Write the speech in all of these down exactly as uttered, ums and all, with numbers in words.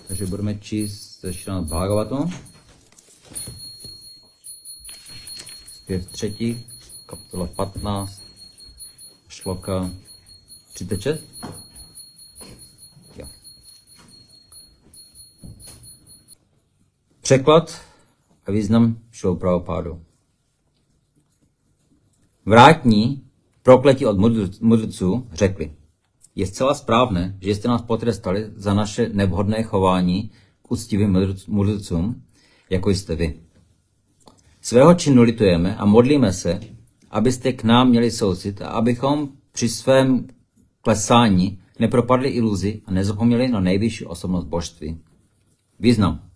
Takže budeme číst ze Šrimad Bhagavatam. Zpěv třetí, kapitola patnáct, šloka třicet šest. Jo. Překlad a význam Šrila Prabhupádu. Vrátní prokletí od mudrců řekli: je zcela správné, že jste nás potrestali za naše nevhodné chování k úctivým mudrcům, jako jste vy. Svého činu litujeme a modlíme se, abyste k nám měli soucit a abychom při svém klesání nepropadli iluzi a nezapomněli na nejvyšší osobnost božství. Význam.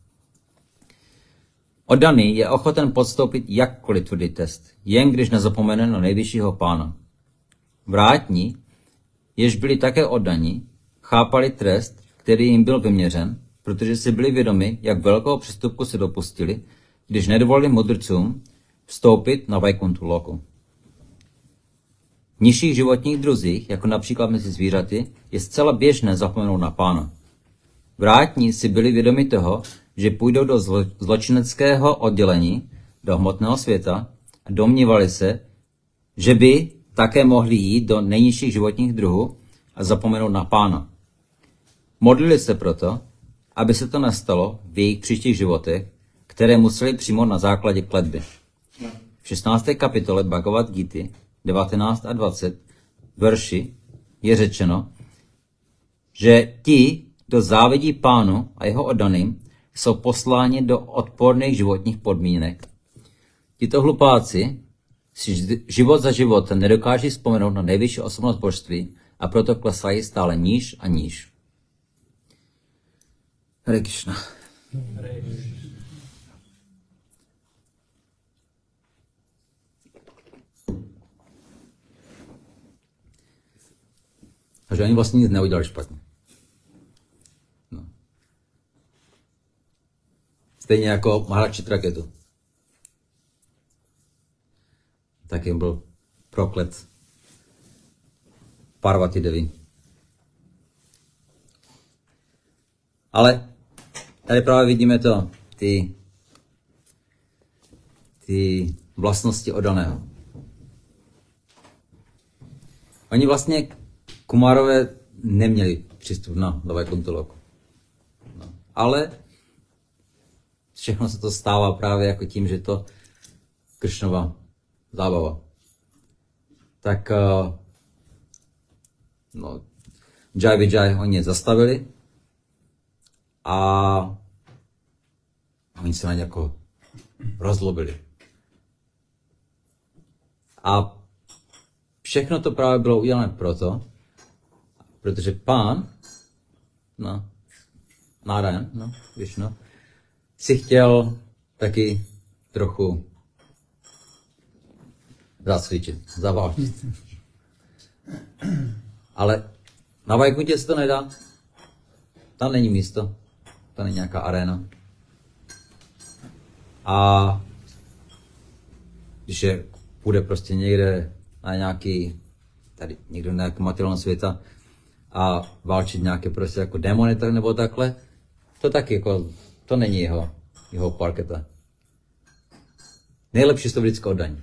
Oddaný je ochoten podstoupit jakkoliv tvrdý test, jen když nezapomene na nejvyššího pána. Vrátní, jež byli také oddaní, chápali trest, který jim byl vyměřen, protože si byli vědomi, jak velkou přestupku se dopustili, když nedovolili mudrcům vstoupit na Vaikuntu loku. V nižších životních druzích, jako například mezi zvířaty, je zcela běžné zapomenout na pána. Vrátní si byli vědomi toho, že půjdou do zlo- zločineckého oddělení, do hmotného světa a domnívali se, že by také mohli jít do nejnižších životních druhů a zapomenout na pána. Modlili se proto, aby se to nestalo v jejich příštích životech, které museli přijmout na základě kletby. V šestnácté kapitole Bhagavad Gity devatenáct a dvacet verši je řečeno, že ti, kdo závidí pánu a jeho oddaným, jsou posláni do odporných životních podmínek. Tito hlupáci si život za životem nedokáží vzpomenout na nejvyšší osobnost božství a proto klesají stále níž a níž. Hare Krishna. Takže oni vlastně nic neudělali špatně. No. Stejně jako Maharaj Chitraketu. Taky byl proklet Parvati Devi. Ale tady právě vidíme to, ty, ty vlastnosti oddaného. Oni vlastně Kumárové neměli přístup na Vaikuntu loku. No. Ale všechno se to stává právě jako tím, že to Krishnova zábava. Tak uh, no, Jai Vijay oni je zastavili a oni se na ně jako rozlobili. A všechno to právě bylo udělané proto, protože pán, no, Nárajan, no, Višnu, si chtěl taky trochu zacvičit, zaválčit. Ale na Vaikuntě se to nedá. Tam není místo, tam není nějaká aréna. A když je, půjde prostě někde na nějaký, tady někdo na nějaký materiální světa a válčit nějaké prostě jako démony tak, nebo takhle, to taky jako, to není jeho, jeho parketa. Nejlepší to vždycky oddaní.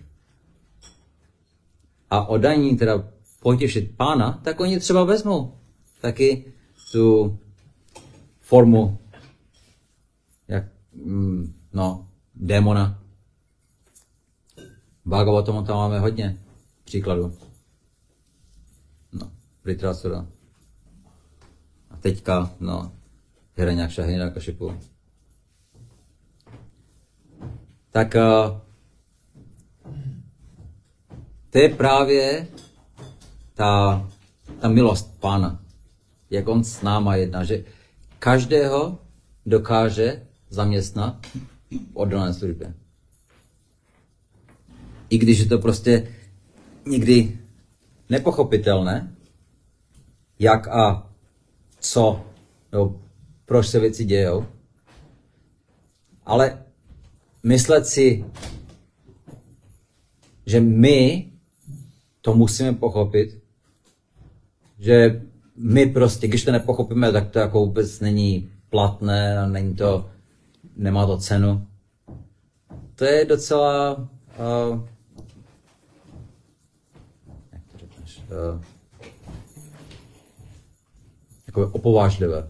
A oddaní teda potěšit pána, tak oni třeba vezmou taky tu formu, jak, no, démona. V Bhagavatamu tam máme hodně příkladů. No, Vritrasura. A teďka, no, Hiranyaksha, Hiranyakashipu. Tak uh, to je právě ta, ta milost pána, jak on s náma jedná, že každého dokáže zaměstnat v oddané službě. I když je to prostě někdy nepochopitelné, jak a co, nebo proč se věci dějou, ale myslet si, že my to musíme pochopit, že my prostě, když to nepochopíme, tak to jako vůbec není platné a není to, nemá to cenu. To je docela, uh, jak to řekneš, uh, jako opovážlivé.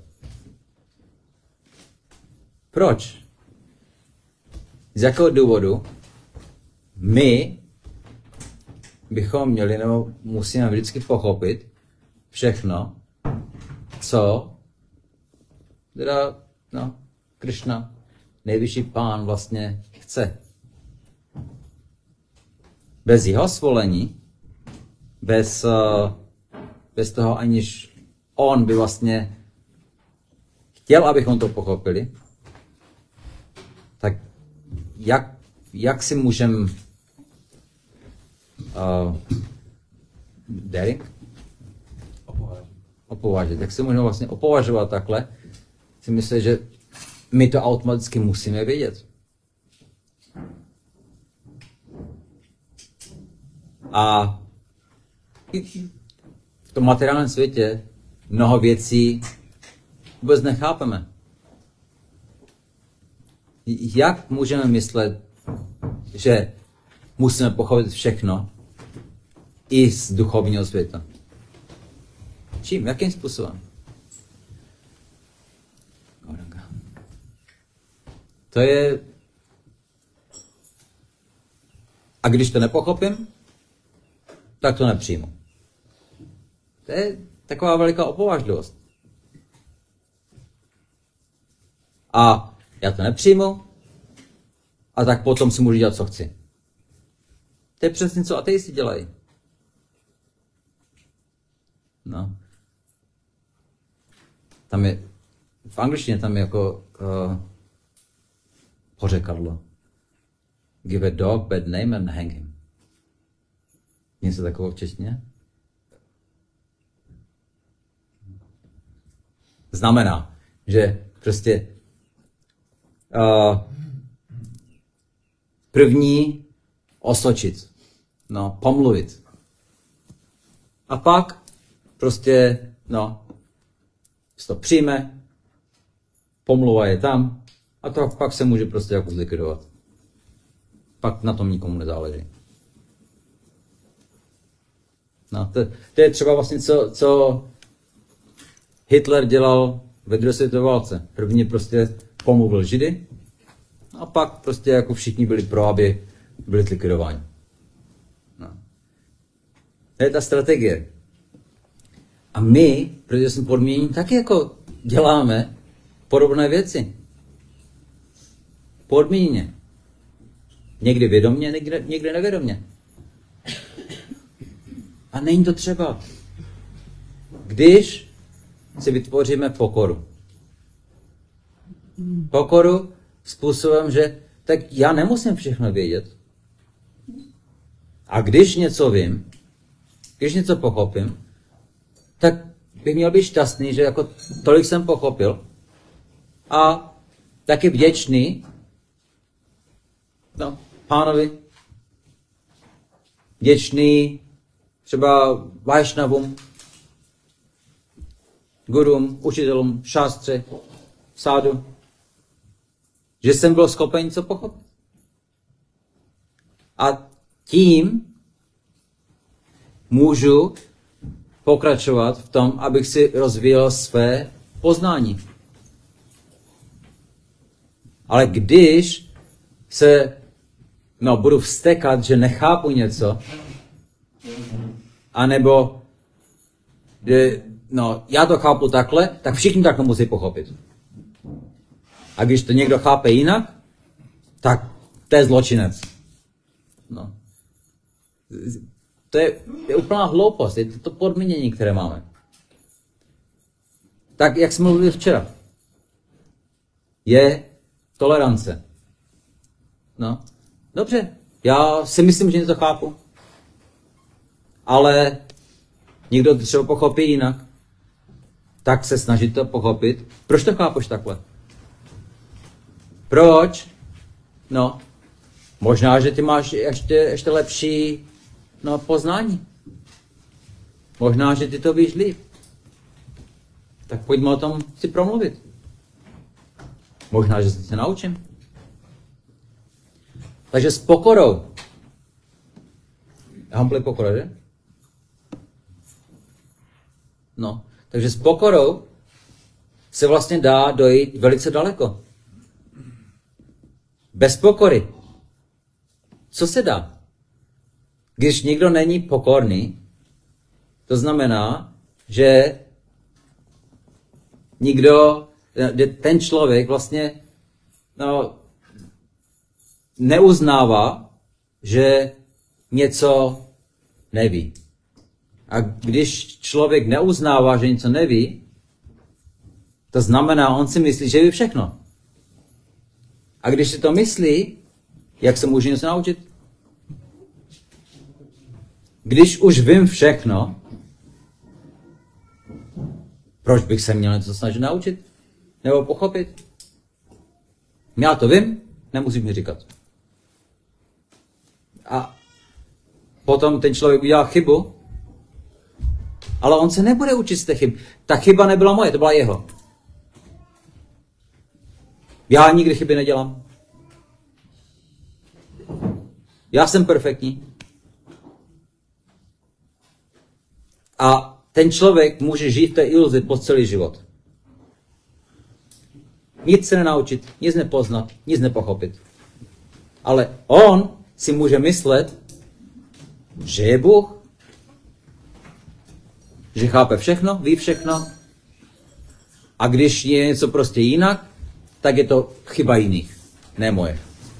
Proč? Z jakého důvodu my bychom měli nebo musíme vždycky pochopit všechno, co teda, no, Krišna, nejvyšší pán vlastně chce. Bez jeho svolení, bez, uh, bez toho, aniž on by vlastně chtěl, abychom to pochopili, tak jak, jak si můžeme uh, daring? Opovážit. Opovážit. Jak si můžeme vlastně opovažovat takhle? Si myslím, že my to automaticky musíme vědět. A v tom materiálním světě mnoho věcí vůbec nechápeme. Jak můžeme myslet, že musíme pochopit všechno i z duchovního světa? Čím? Jakým způsobem? To je... A když to nepochopím, tak to nepřijmu. To je taková veliká opovážlivost. A já to nepřijmu, a tak potom si můžu dělat, co chci. To je přesně, co ateisti dělají. No. Tam je, v angličtině tam je jako uh, pořekadlo. Give a dog bad name and hang him. Něco takového v češtině? Znamená, že prostě uh, první osočit, no, pomluvit. A pak prostě, no, se to přijme, pomluva je tam a to pak se může prostě jako zlikvidovat. Pak na tom nikomu nezáleží. No, to, to je třeba vlastně, co, co Hitler dělal ve druhé světové válce. První prostě pomluvil Židy a pak prostě jako všichni byli pro, aby byli zlikvidováni. No. To je ta strategie. A my, protože jsme podmíněni, tak jako děláme podobné věci. Podmíněně. Někdy vědomně, někdy, někdy nevědomně. A není to třeba. Když si vytvoříme pokoru. Pokoru způsobem, že tak já nemusím všechno vědět. A když něco vím, když něco pochopím, tak bych měl být šťastný, že jako tolik jsem pochopil a taky vděčný no, pánovi, vděčný třeba Vajšnavům, gurům, učitelům, šástře, sádu, že jsem byl schopen něco pochopit. A tím můžu pokračovat v tom, abych si rozvíjel své poznání. Ale když se no, budu vztekat, že nechápu něco, anebo že, no, já to chápu takhle, tak všichni takhle musí pochopit. A když to někdo chápe jinak, tak to je zločinec. No. To je, je úplná hloupost, je to, to podmínění, které máme. Tak, jak jsme mluvili včera, je tolerance. No, dobře, já si myslím, že něco chápu, ale někdo třeba pochopí jinak, tak se snaží to pochopit. Proč to chápeš takhle? Proč? No, možná, že ty máš ještě, ještě lepší no, poznání. Možná, že ty to víš líp. Tak pojďme o tom si promluvit. Možná, že se naučím. Takže s pokorou. Humbly pokora, že? No, takže s pokorou se vlastně dá dojít velice daleko. Bez pokory. Co se dá? Když nikdo není pokorný, to znamená, že nikdo, ten člověk vlastně no, neuznává, že něco neví. A když člověk neuznává, že něco neví, to znamená, on si myslí, že ví všechno. A když si to myslí, jak se může něco naučit? Když už vím všechno, proč bych se měl něco snažit naučit? Nebo pochopit? Já to vím, nemusíš mi říkat. A potom ten člověk udělá chybu, ale on se nebude učit z té chyby. Ta chyba nebyla moje, to byla jeho. Já nikdy chyby nedělám. Já jsem perfektní. A ten člověk může žít v té iluzi po celý život. Nic se nenaučit, nic nepoznat, nic nepochopit. Ale on si může myslet, že je Bůh, že chápe všechno, ví všechno. A když je něco prostě jinak, tak je to chyba jiných, ne moje.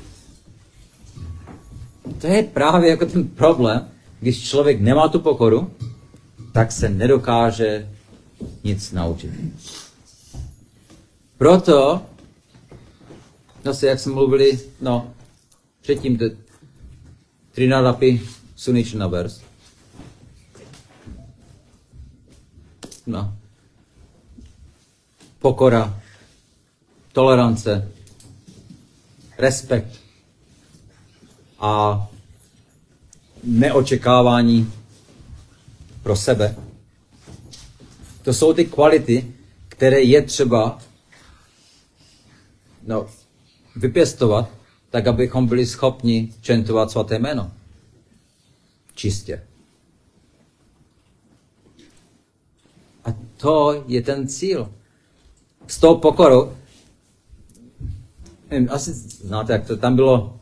To je právě jako ten problém, když člověk nemá tu pokoru, tak se nedokáže nic naučit. Proto, zase jak jsme mluvili, no, předtím, Trinadapi Sunichna vers. No. Pokora, tolerance, respekt a neočekávání pro sebe. To jsou ty kvality, které je třeba no, vypěstovat, tak abychom byli schopni čentovat svaté jméno. Čistě. A to je ten cíl. S tou pokorou, asi znáte, jak to tam bylo.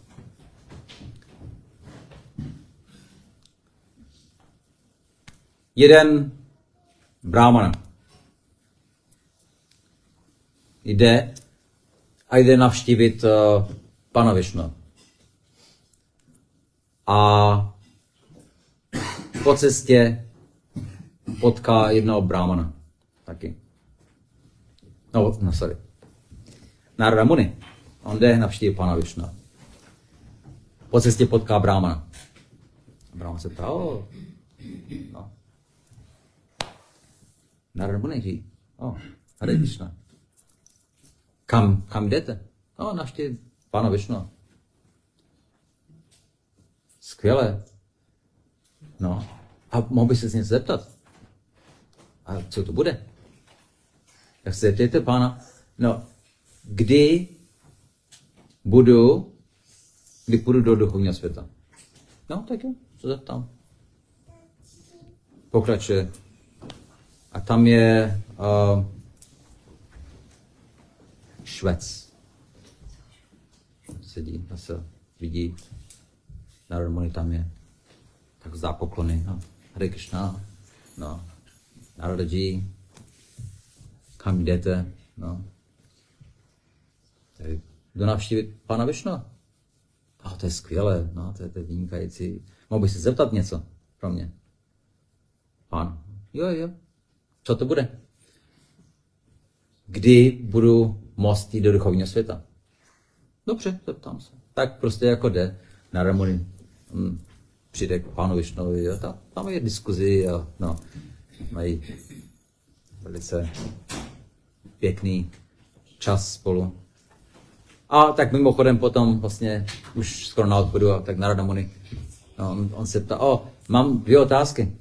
Jeden brámana jde a jde navštívit uh, Pana Višnu. A po cestě potká jednoho brámana taky. No, no sorry. Narada Muni. On jde navštívit Pana Višnu. Po cestě potká brámana. A brámana se ptá, o, no. Narada Muni říká, o, Hare Krishna. Kam, kam jdete? No, navštívit Pana Višnu. Skvěle. No, a mohl bych se s něco zeptat? A co to bude? Jak se zeptejte Pána? No, kdy budu, kdy půjdu do duchovního světa? No, tak jo, co zeptám. Pokračuje. A tam je uh, Švec. Sedí, zase vidí. Narada Muni tam je. Tak vzdá poklony. No, Hare Krishna. No, Narada Ji. Kam jdete? No. Jdu navštívit Pana Višnu. A to je skvělé, no, to je, to je vynikající. Mohl bych se zeptat něco pro mě? Pán. Jo, jo. Co to bude? Kdy budu moct jít do duchovního světa? Dobře, zeptám se. Tak prostě jako jde. Narada Muni hm, přijde k Pánu Višnovi a tam, tam je diskuzi a no, mají velice pěkný čas spolu. A tak mimochodem potom vlastně už skoro na odchodu, a tak Narada Muni, no, on, on se ptá, o, mám dvě otázky.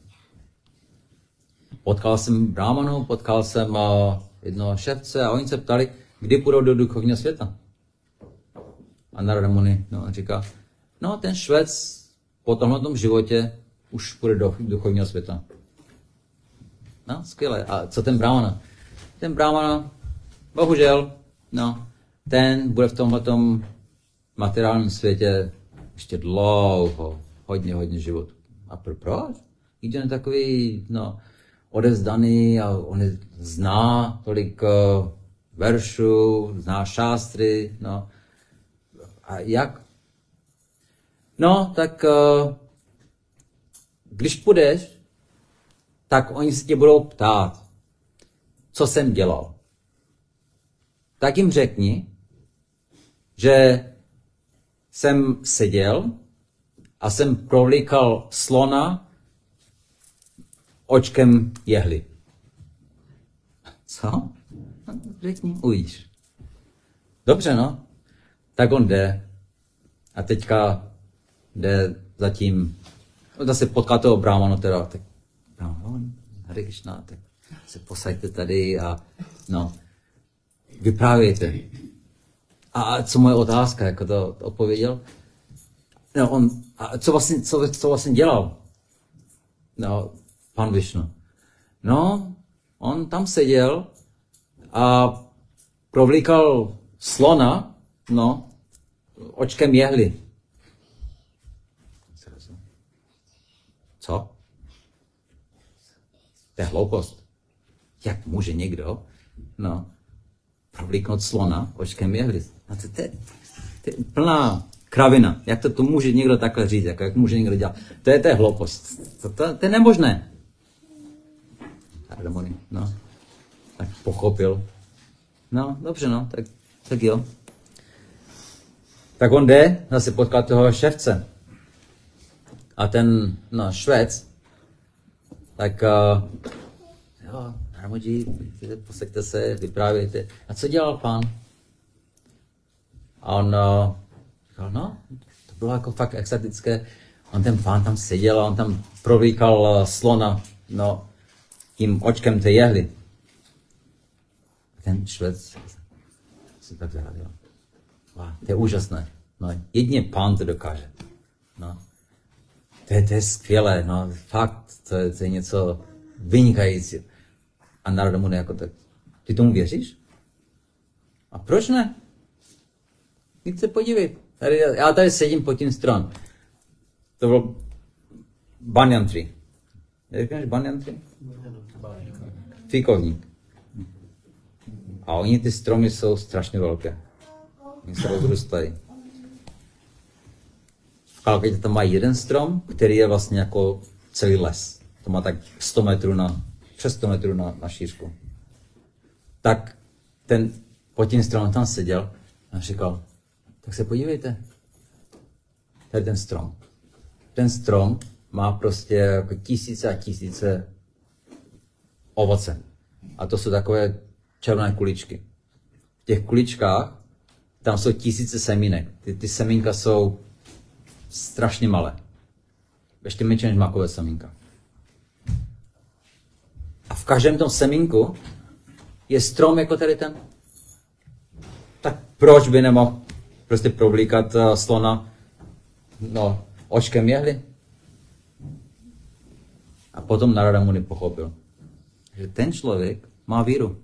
Potkal jsem brámanu, potkal jsem uh, jednoho ševce a oni se ptali, kdy půjdou do duchovního světa? A Narada Muni no, říká, no ten Švec po tomhletom životě už půjde do duchovního světa. No, skvěle. A co ten Brahmana? Ten Brahmana, bohužel, no, ten bude v tomhletom materiálním světě ještě dlouho, hodně, hodně životů. A pro, proč? Když on je takový, no, odevzdaný a on je, zná tolik uh, veršů, zná šástry, no. A jak? No, tak uh, když půjdeš, tak oni se tě budou ptát, co jsem dělal. Tak jim řekni, že jsem seděl a jsem provlíkal slona očkem jehly. Co? No, řekni, uvidíš. Dobře, no. Tak on jde a teďka jde zatím, no zase potká toho Brahmanu teda, tak Brahman, Hare Krishna, tak se posaďte tady a no, vyprávějte. A co moje otázka, jako to, to odpověděl? No on, a co vlastně, co, co vlastně dělal? No, pan Višnu. No, on tam seděl a provlíkal slona, no, očkem jehly. Co? To je hloupost. Jak může někdo, no, provlíknout slona očkem jehly? No to, to, to je plná kravina. Jak to, to může někdo takhle říct? Jako, jak může někdo dělat? To je, to je hloupost. To, to, to je nemožné. Harmony, no. Tak pochopil. No, dobře, no, tak, tak jo. Tak on jde, zase potká toho ševce. A ten, no, Švec, tak, uh, jo, Ramoji, posaďte se, vyprávějte. A co dělal pán? A on uh, říkal, no, to bylo jako fakt exotické. On ten pán tam seděl a on tam provlíkal uh, slona, no, tím očkem té jehly. Ten Švec si tak zahrál. Wow, to je úžasné. No, jedině pán to dokáže. No. To je, to je skvělé, no, fakt, to je, to je něco vynikající. A Narada Muni jako tak, ty tomu věříš? A proč ne? Jděte se podívej. Tady, já tady sedím pod tím strom. To byl banyan tree. Říkáš banyan tree? Fíkovník. A oni ty stromy jsou strašně velké. Oni se rozrůstají. V Kalkatě tam má jeden strom, který je vlastně jako celý les. To má tak sto metrů na, přes sto metrů na, na šířku. Tak ten pod tím stromem tam seděl a říkal, tak se podívejte. Tady ten strom. Ten strom má prostě jako tisíce a tisíce ovoce. A to jsou takové červené kuličky. V těch kuličkách tam jsou tisíce semínek. Ty, ty semínka jsou strašně malé. Ještě menší než mákové semínka. A v každém tom semínku je strom jako tady ten. Tak proč by nemohl prostě provlíkat uh, slona no, očkem jehly? A potom Narada Muni pochopil, že ten člověk má víru.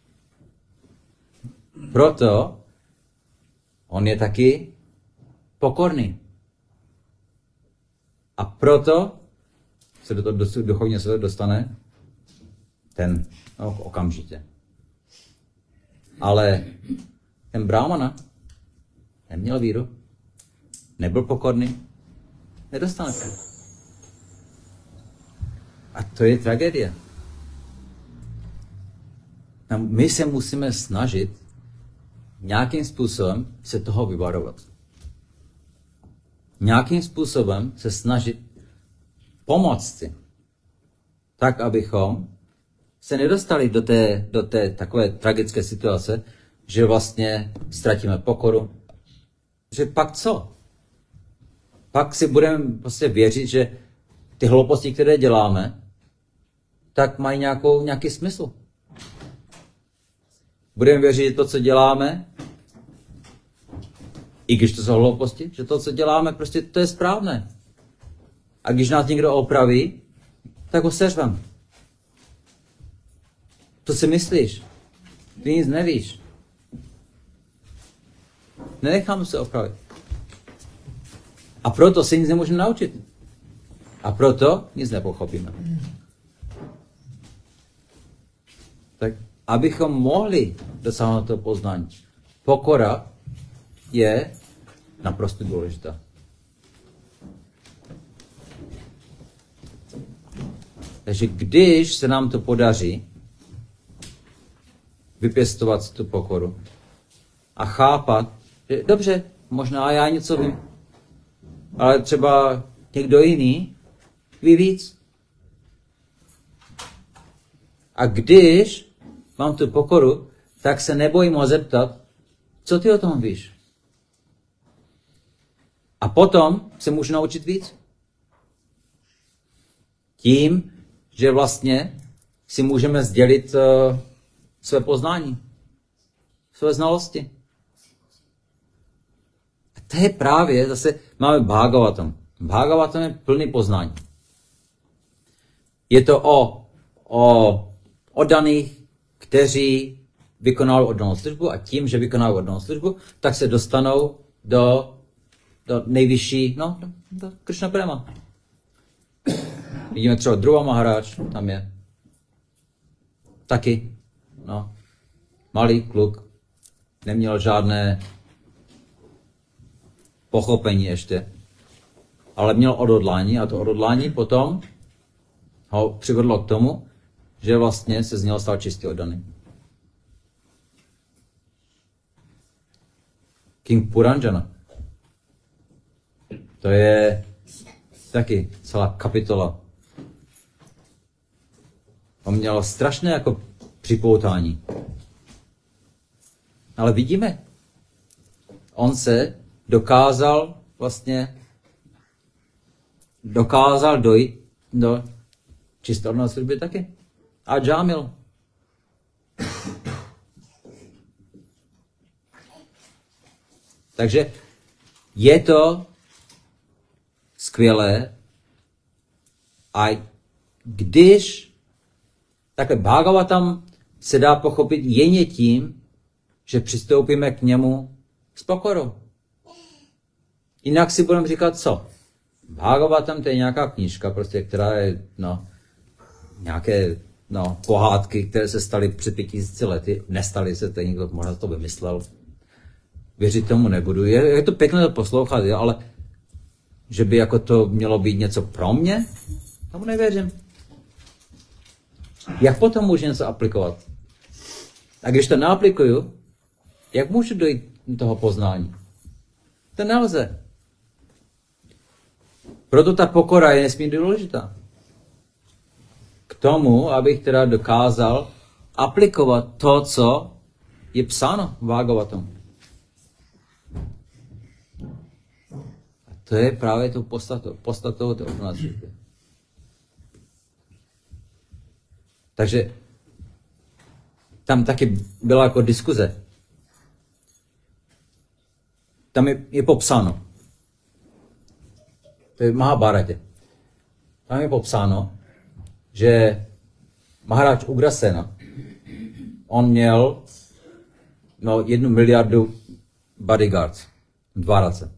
Proto on je taky pokorný. A proto se do toho duchovního světa dostane ten no, okamžitě. Ale ten Brahmana neměl víru, nebyl pokorný, nedostane se. A to je tragédie. My se musíme snažit nějakým způsobem se toho vyvarovat. Nějakým způsobem se snažit pomoct si. Tak, abychom se nedostali do té, do té takové tragické situace, že vlastně ztratíme pokoru. Že pak co? Pak si budeme prostě věřit, že ty hlouposti, které děláme, tak mají nějakou, nějaký smysl. Budeme věřit, že to, co děláme, i když to jsou hlouposti, že to, co děláme, prostě to je správné. A když nás někdo opraví, tak ho seřvem. To si myslíš. Ty nic nevíš. Nenechám se opravit. A proto si nic nemůžeme naučit. A proto nic nepochopíme. Tak abychom mohli dosáhnout toho poznání, pokora je naprosto důležitá. Takže když se nám to podaří vypěstovat si tu pokoru a chápat, že dobře, možná já něco vím, ale třeba někdo jiný ví víc. A když mám tu pokoru, tak se nebojím ho zeptat, co ty o tom víš. A potom se můžu naučit víc. Tím, že vlastně si můžeme sdělit uh, své poznání, své znalosti. A to je právě, zase máme Bhagavatam. Bhagavatam je plný poznání. Je to o, o oddaných, kteří vykonali oddanou službu a tím, že vykonali oddanou službu, tak se dostanou do, do nejvyšší, no, do, do Krishna Prema. Vidíme třeba Dhruva Maharaj, tam je taky, no, malý kluk, neměl žádné pochopení ještě, ale měl odhodlání a to odhodlání potom ho přivedlo k tomu, že vlastně se z něho stal čistě oddaný. King Puranjana. To je taky celá kapitola. On měl strašné jako připoutání. Ale vidíme, on se dokázal vlastně dokázal dojít do čisté oddané služby taky. A Džámil. Takže je to skvělé a když takhle Bhagavatam se dá pochopit jen tím, že přistoupíme k němu s pokorou. Jinak si budeme říkat co? Bhagavatam to je nějaká knížka, prostě, která je no, nějaké no, pohádky, které se staly před pěti tisíci lety. Nestaly se, to někdo možná to vymyslel. Věřit tomu nebudu. Je, je to pěkné to poslouchat, jo, ale že by jako to mělo být něco pro mě, tomu nevěřím. Jak potom můžu něco aplikovat? A když to neaplikuju, jak můžu dojít do toho poznání? To nelze. Proto ta pokora je nesmírně důležitá. K tomu, abych teda dokázal aplikovat to, co je psáno v Bhagavatamu. A to je právě tou podstatou, podstatou té oddané služby. Takže tam taky byla jako diskuze. Tam je, je popsáno. To je v Mahabharatě. Tam je popsáno, že Maharaj Ugrasena, on měl no, jednu miliardu bodyguards v Dvárace.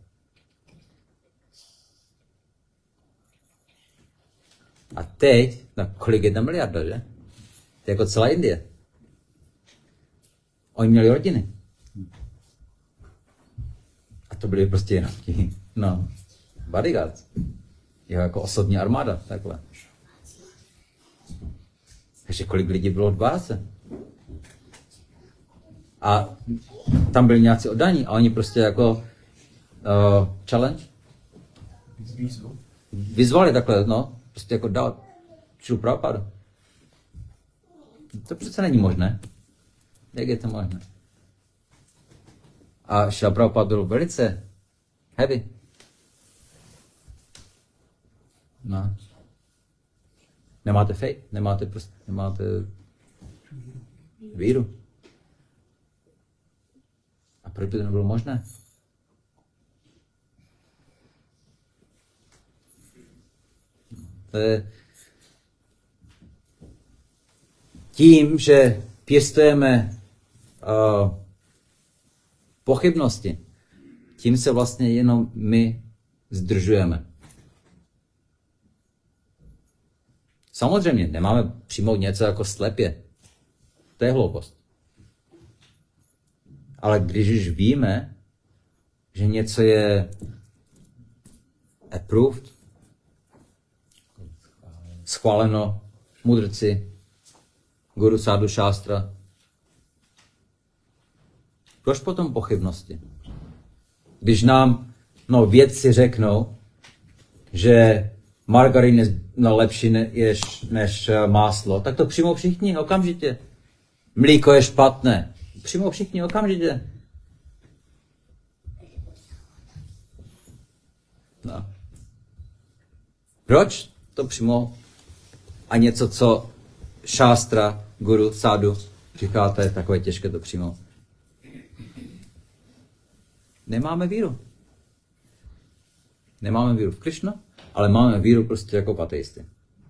A teď, no kolik jedna miliarda, že? To je jako celá Indie. Oni měli rodiny. A to byli prostě jenom ti, no, bodyguards. Jeho jako osobní armáda, takhle. Takže kolik lidí bylo v Dvárace? A tam byli nějací oddaní a oni prostě jako uh, challenge. Vyzvali takhle, no, prostě jako dát Šrilu Prabhupádu. To přece není možné. Jak je to možné? A Šrila Prabhupád byl velice heavy. No. Nemáte faith, nemáte prostě, nemáte víru. proč by to nebylo možné? To je tím, že pěstujeme uh, pochybnosti, tím se vlastně jenom my zdržujeme. Samozřejmě nemáme přijmout něco jako slepě. To je hloupost. Ale když už víme, že něco je approved, schváleno mudrci, guru, sádu, šástra, proč potom pochybnosti? Když nám no, vědci řeknou, že margarin je no, lepší než, než máslo, tak to přijmou všichni okamžitě. Mlíko je špatné. Přijmou všichni okamžitě. No. Proč to přijmou? A něco, co šástra, guru, sádu říká, to je takové těžké to přijmout. Nemáme víru. Nemáme víru v Krišnu, ale máme víru prostě jako ateisty.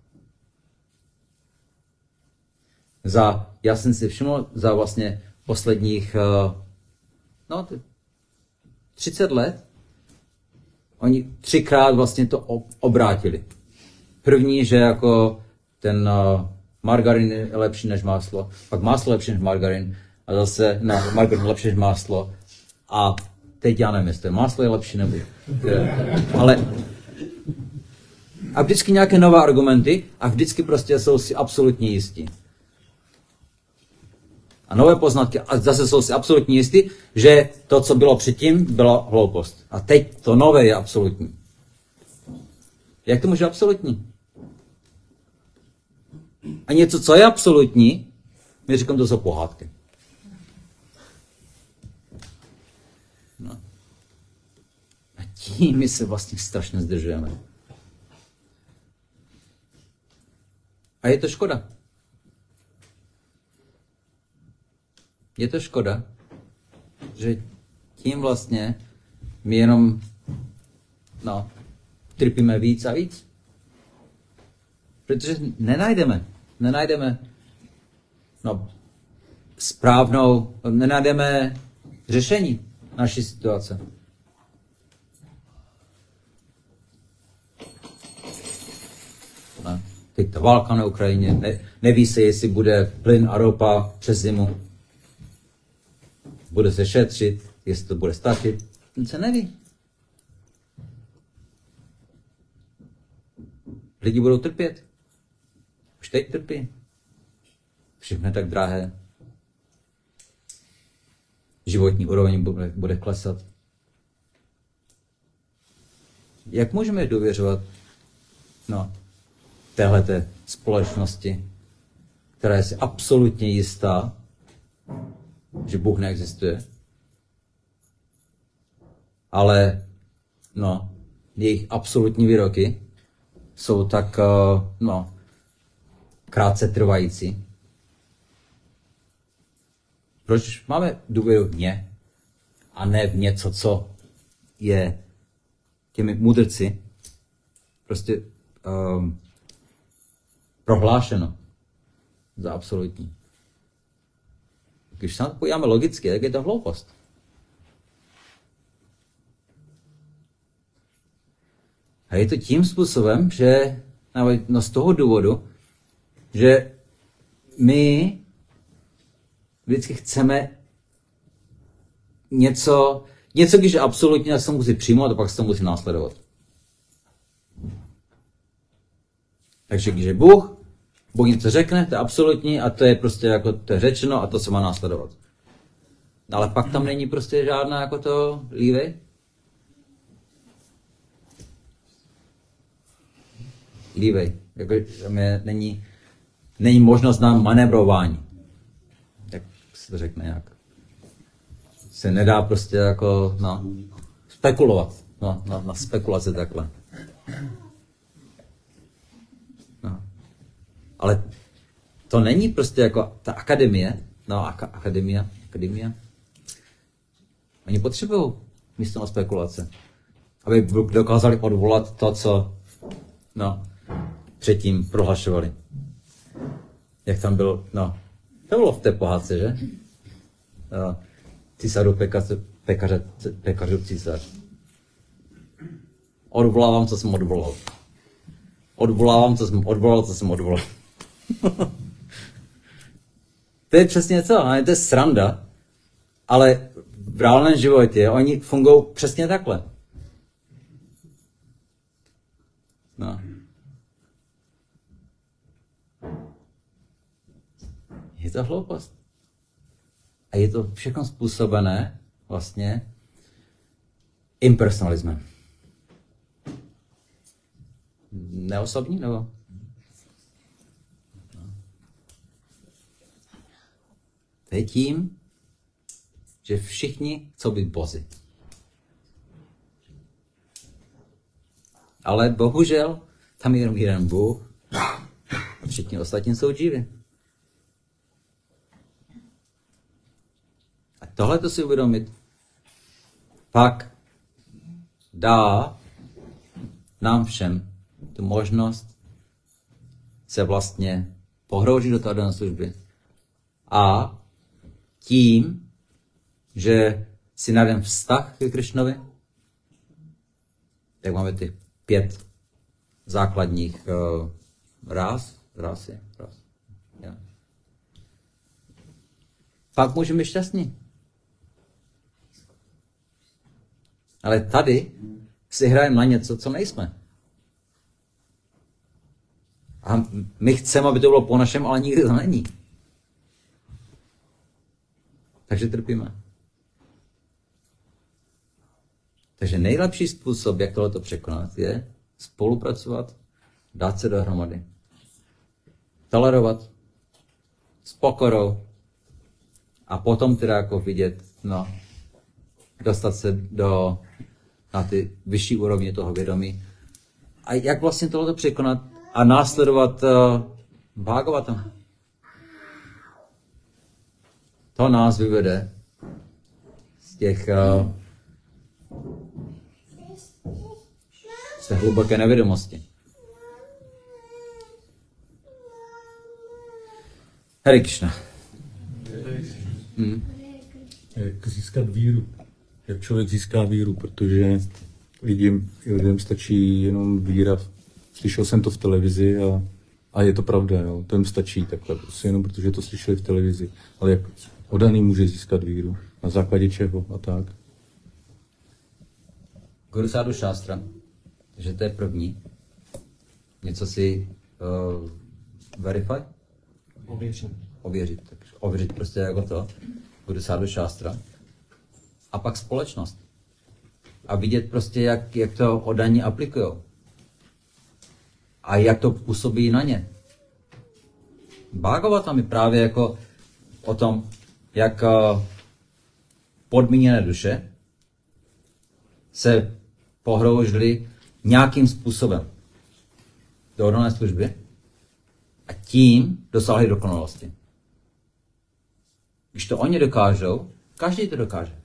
Za, já jsem si všiml, za vlastně posledních no, třicet let, oni třikrát vlastně to obrátili. První, že jako ten margarin je lepší než máslo, pak máslo lepší než margarin, a zase no, margarin lepší než máslo. A teď já nevím, jestli máslo je lepší nebo ale a vždycky nějaké nové argumenty a vždycky prostě jsou si absolutně jistí. A nové poznatky a zase jsou si absolutně jistí, že to, co bylo předtím, byla hloupost. A teď to nové je absolutní. Jak to může absolutní? A něco, co je absolutní, my říkám, to jsou pohádky. No. A tím my se vlastně strašně zdržujeme. A je to škoda. Je to škoda, že tím vlastně my jenom no, trpíme víc a víc. Protože nenajdeme, nenajdeme no, správnou, nenajdeme řešení naší situace. No, teď ta válka na Ukrajině, ne, neví se, jestli bude plyn a ropa přes zimu. Bude se šetřit, jestli to bude stačit, nic se neví. Lidi budou trpět. Už teď trpí. Všechno je tak drahé. Životní úroveň bude, bude klesat. Jak můžeme důvěřovat no, téhleté společnosti, která je si absolutně jistá, že Bůh neexistuje, ale no, jejich absolutní výroky jsou tak no, krátce trvající. Proč máme důvěru v ně a ne v něco, co je těmi mudrci prostě um, prohlášeno za absolutní? Když se na to podíváme logicky, tak je to hloupost. A je to tím způsobem, že no z toho důvodu, že my vždycky chceme něco, něco, když je absolutně, tak se musí přijmout a pak se to musí následovat. Takže když je Bůh, Bůh něco řekne, to je absolutní a to je prostě jako to je řečeno a to se má následovat. Ale pak tam není prostě žádná jako to leeway. Leeway. Jako tam je, není, není možnost na manévrování. Jak se to řekne nějak. Se nedá prostě jako no, spekulovat. No, na, na spekulace takhle. No. Ale to není prostě jako ta akademie, no aka, akademia, akademia. Oni potřebují místo na spekulace, aby dokázali odvolat to, co no, předtím prohlašovali. Jak tam byl, no, to bylo v té pohádce, že? No, císařů pekaře, pekaře, pekařů císař. Odvolávám, co jsem odvolal. Odvolávám, co jsem odvolal, co jsem odvolal. To je přesně co, ne? To je sranda, ale v reálném životě oni fungují přesně takhle. No. Je to hloupost. A je to všechno způsobené vlastně impersonalismem. Neosobní, nebo? No. To je tím, že všichni chcou být bozi. Ale bohužel tam je jenom jeden Bůh a všichni ostatní jsou divy. A tohle to si uvědomit pak dá nám všem tu možnost se vlastně pohroužit do té dané služby. A tím, že si najdeme vztah ke Krišnovi, jak máme ty pět základních uh, ráz, rásy, ráz. Ja. Pak můžeme být šťastní. Ale tady si hrajeme na něco, co nejsme. A my chceme, aby to bylo po našem, ale nikdy to není. Takže trpíme. Takže nejlepší způsob, jak tohleto překonat, je spolupracovat, dát se dohromady. Tolerovat s pokorou a potom teda jako vidět, no, dostat se do, na ty vyšší úrovně toho vědomí. A jak vlastně tohleto překonat a následovat uh, Bhagavatam. To nás vyvede z těch uh, z té hluboké nevědomosti. Hare Krishna. Hmm. Jak získat víru? Jak člověk získá víru, protože lidem, lidem stačí jenom víra. Slyšel jsem to v televizi a, a je to pravda, jo. To jim stačí takhle, prostě jenom protože to slyšeli v televizi. Ale jak oddaný může získat víru? Na základě čeho a tak? Guru Sadhu Shastra, takže to je první. Něco si uh, verify? Ověřit. Ověřit. Takže ověřit prostě jako to. Guru Sadhu Shastra. A pak společnost. A vidět prostě, jak, jak to oddaní aplikujou. A jak to působí na ně. Bhagavatam je právě jako o tom, jak uh, podmíněné duše se pohroužili nějakým způsobem do oddané služby a tím dosáhli dokonalosti. Když to oni dokážou, každý to dokáže.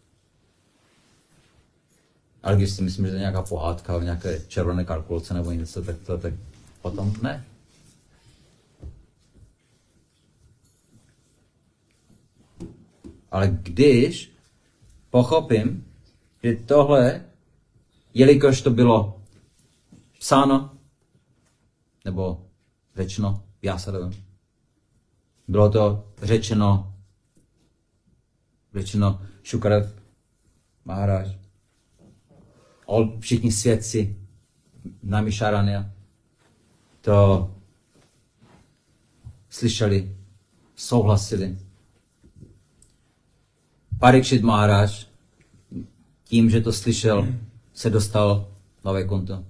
Ale když si myslím, že to je nějaká pohádka o nějaké červené kalkulace nebo něco, tak to tak potom ne. Ale když pochopím, že tohle, jelikož to bylo psáno, nebo řečeno Vyasadevem, bylo to řečeno, řečeno Šukadev Maharaj, všichni svědci Naimisharanya to slyšeli, souhlasili. Parikshit Maharaj tím, že to slyšel, se dostal na Vaikunta.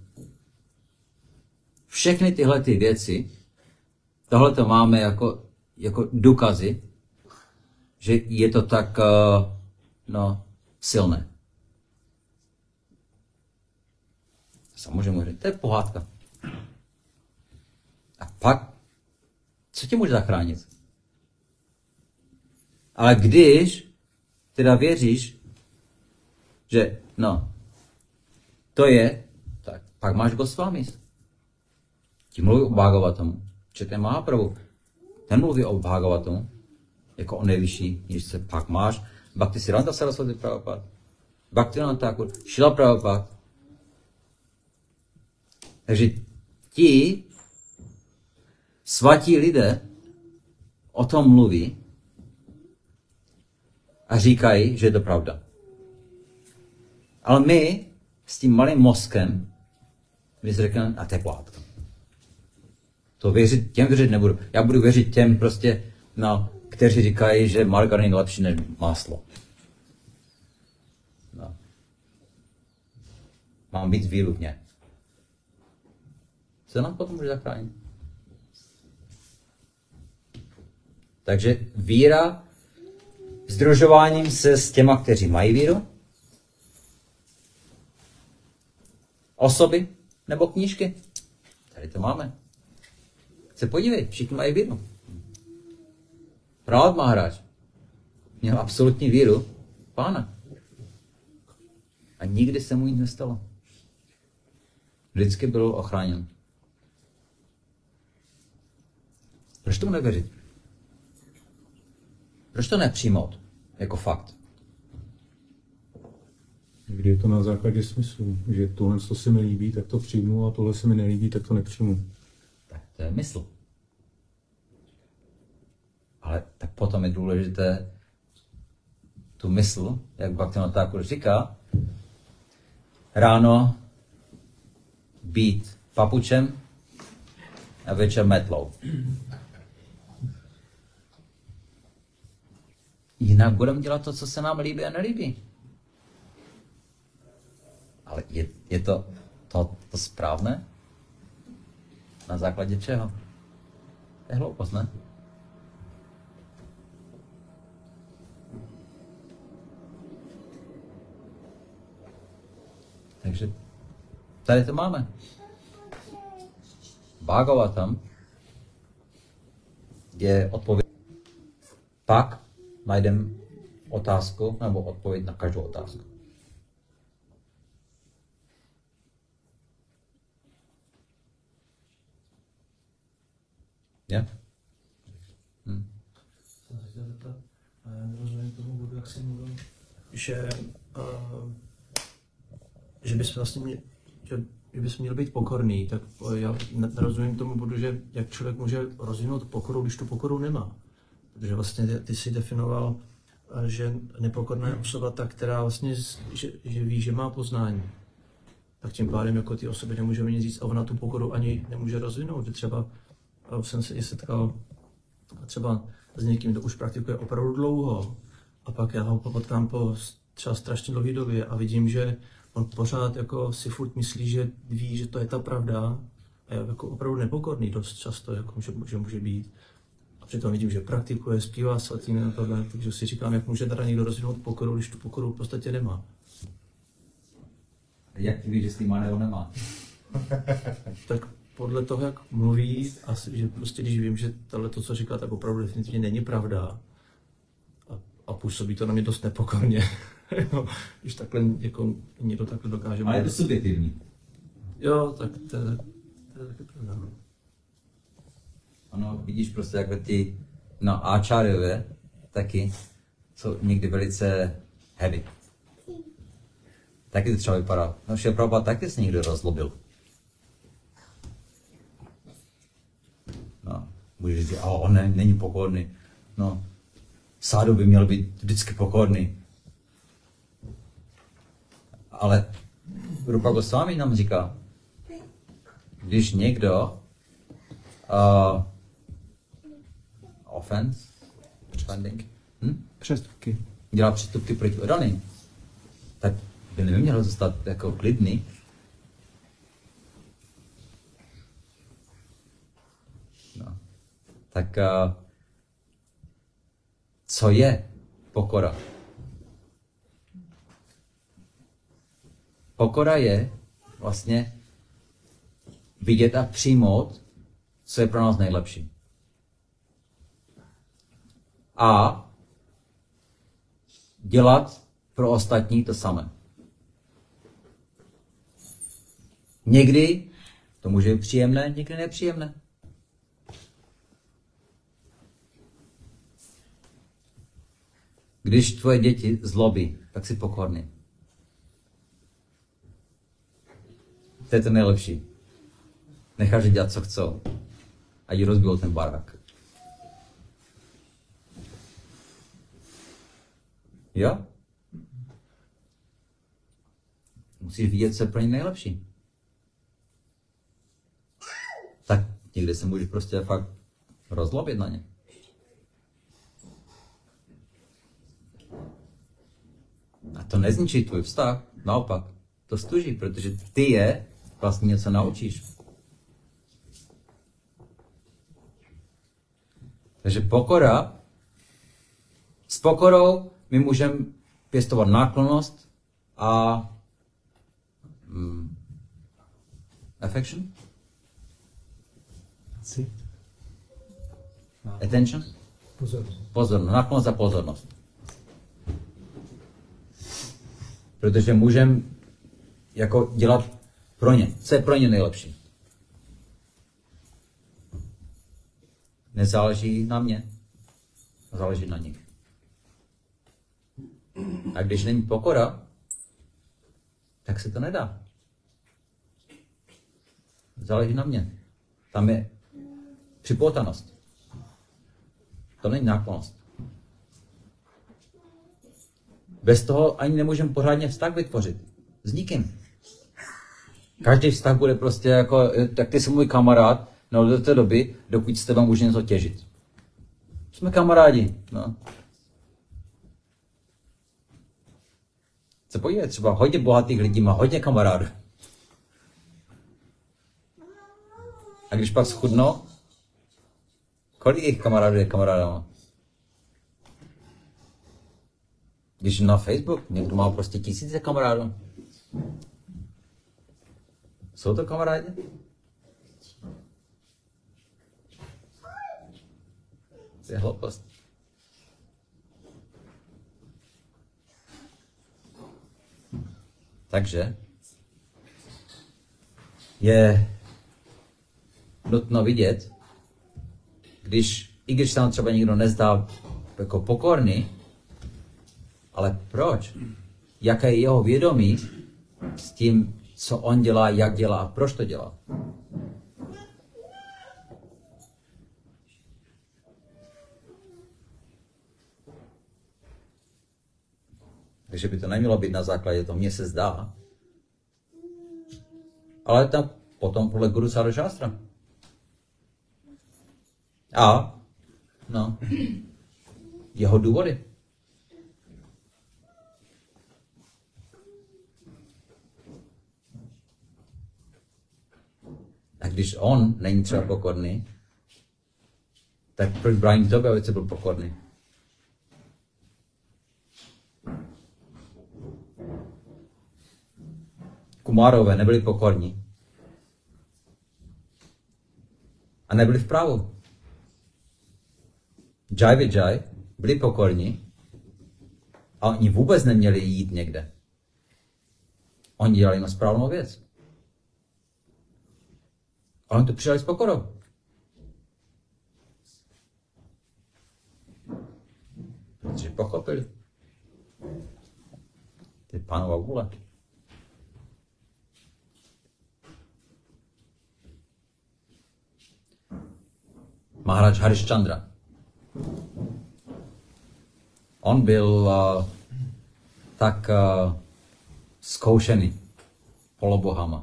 Všechny tyhle ty věci, tohle to máme jako, jako důkazy, že je to tak uh, no, silné. Samozřejmě říct, to je pohádka. A pak, co tě může zachránit? Ale když teda věříš, že no, to je, tak pak máš Gosvámi. Ti mluví o Bhagavatamu. Četne Mahaprabhu. Ten mluví o Bhagavatamu jako o nejvyšší, když se pak máš Bhaktisiddhanta Saraswati Prabhupada, Bhaktivinoda Thakur, Šrila Prabhupada. Takže ti svatí lidé o tom mluví a říkají, že je to pravda. Ale my s tím malým mozkem, my si řekneme, a to je pohádka. To věřit, těm věřit nebudu. Já budu věřit těm prostě, no, kteří říkají, že margarin je lepší než máslo. No. Mám být víru v ně. Co nám potom může zachránit? Takže víra sdružováním se s těma, kteří mají víru, osoby nebo knížky. Tady to máme. Se podívej, všichni mají víru. Prahlad Maharaj měl absolutní víru v Pána. A nikdy se mu nic nestalo. Vždycky byl ochráněn. Proč tomu nevěřit? Proč to nepřijmout jako fakt? Kdy je to na základě smyslu, že tohle, co se mi líbí, tak to přijmu a tohle se mi nelíbí, tak to nepřijmu. Tak to je mysl. Ale tak potom je důležité tu mysl, jak Bhaktivinoda Thakur říká, ráno být papučem a večer metlou. Jinak budeme dělat to, co se nám líbí a nelíbí. Ale je, je to, to to správné? Na základě čeho? To je hloupost, ne? Takže tady to máme. Bhagavatam je odpověď. Pak najdeme otázku nebo odpověď na každou otázku. Je? Hm. Já nerozumím tomu bodu, jak jsi mluvil, že, uh, že bys vlastně měl, že, že bys měl být pokorný, tak já nerozumím tomu bodu, že jak člověk může rozvinout pokoru, když tu pokoru nemá. Protože vlastně ty, ty jsi definoval, že nepokorná je osoba ta, která vlastně, že, že ví, že má poznání. Tak tím pádem jako ty osoby nemůžeme nic říct a ona tu pokoru ani nemůže rozvinout. Že třeba jsem se setkal třeba s někým, kdo už praktikuje opravdu dlouho a pak já ho potkám po třeba strašně dlouhé době a vidím, že on pořád jako si furt myslí, že ví, že to je ta pravda a je jako opravdu nepokorný dost často, jako, že, že může být. A přitom vidím, že praktikuje, zpívá svatými a tohle, takže si říkám, jak může teda někdo rozvinout pokoru, když tu pokoru v podstatě nemá. Jak ty víš, že s tím má nebo nemá? Tak podle toho, jak mluví, asi, že prostě když vím, že tohle to, co říká, tak opravdu definitivně není pravda a, a působí to na mě dost nepokorně. Když takhle jako, někdo takhle dokáže Ale je to mluvit. subjektivní. Jo, tak to je, to je taky pravda. Ano, vidíš prostě jak ty, no áčáriové taky jsou někdy velice heavy. Taky to třeba vypadá. No Šrila Prabhupada taky se někdo rozlobil. No, můžeš říct, oh, on ne, není pokorný. No, sádu by měl být vždycky pokorný. Ale Rupa Goswami nám říká, když někdo uh, offense, offending, hm? Přestupky. dělá přestupky proti oddaným, tak by neměl zůstat jako klidný. No. Tak uh, co je pokora? Pokora je vlastně vidět a přijmout, co je pro nás nejlepší. A dělat pro ostatní to samé. Někdy to může být příjemné, někdy nepříjemné. Když tvoje děti zlobí, tak jsi pokorný. To je to nejlepší. Necháš je dělat, co chcou. A jí rozbijou ten barák. Jo? Musíš vidět, co je pro ně nejlepší. Tak někdy se můžeš prostě fakt rozlobit na ně. A to nezničí tvůj vztah, naopak. To stuží, protože ty je vlastně něco naučíš. Takže pokora, s pokorou my můžeme pěstovat náklonnost a mm, affection? Cit. Attention? Pozornost. Pozornost, náklonnost a pozornost. Protože můžeme jako dělat pro ně. Co je pro ně nejlepší? Nezáleží na mě, záleží na nich. A když není pokora, tak se to nedá. Záleží na mě. Tam je připoutanost. To není náklonnost. Bez toho ani nemůžeme pořádně vztah vytvořit. S nikým. Každý vztah bude prostě jako, tak ty jsi můj kamarád, no do té doby, dokud s tebou může něco těžit. Jsme kamarádi, no. Co podívej, třeba hodně bohatých lidí má hodně kamarádů. A když pak schudnou, kolik jejich kamarádů je kamarádama? Když na Facebook, někdo má prostě tisíce kamarádů. Jsou to kamarádi? To je hloupost. Takže je nutno vidět, když, i když se nám třeba někdo nezdá jako pokorný, ale proč? Jaké je jeho vědomí s tím, co on dělá, jak dělá a proč to dělá? Takže by to nemělo být na základě toho, mně se zdá. Ale tam potom podle Guru Sada Šástra. A, no, jeho důvody. A když on není třeba pokorný, tak proč brání tobě, aby jsi byl pokorný? Kumárové nebyli pokorní. A nebyli v právu. Jai Vijay byli pokorní a oni vůbec neměli jít někde. Oni dělali na správnou věc. A oni to přijali s pokorou. Protože pochopili. To je Pánova vůle. Maharaj Harishchandra. On byl uh, tak uh, zkoušený polobohama.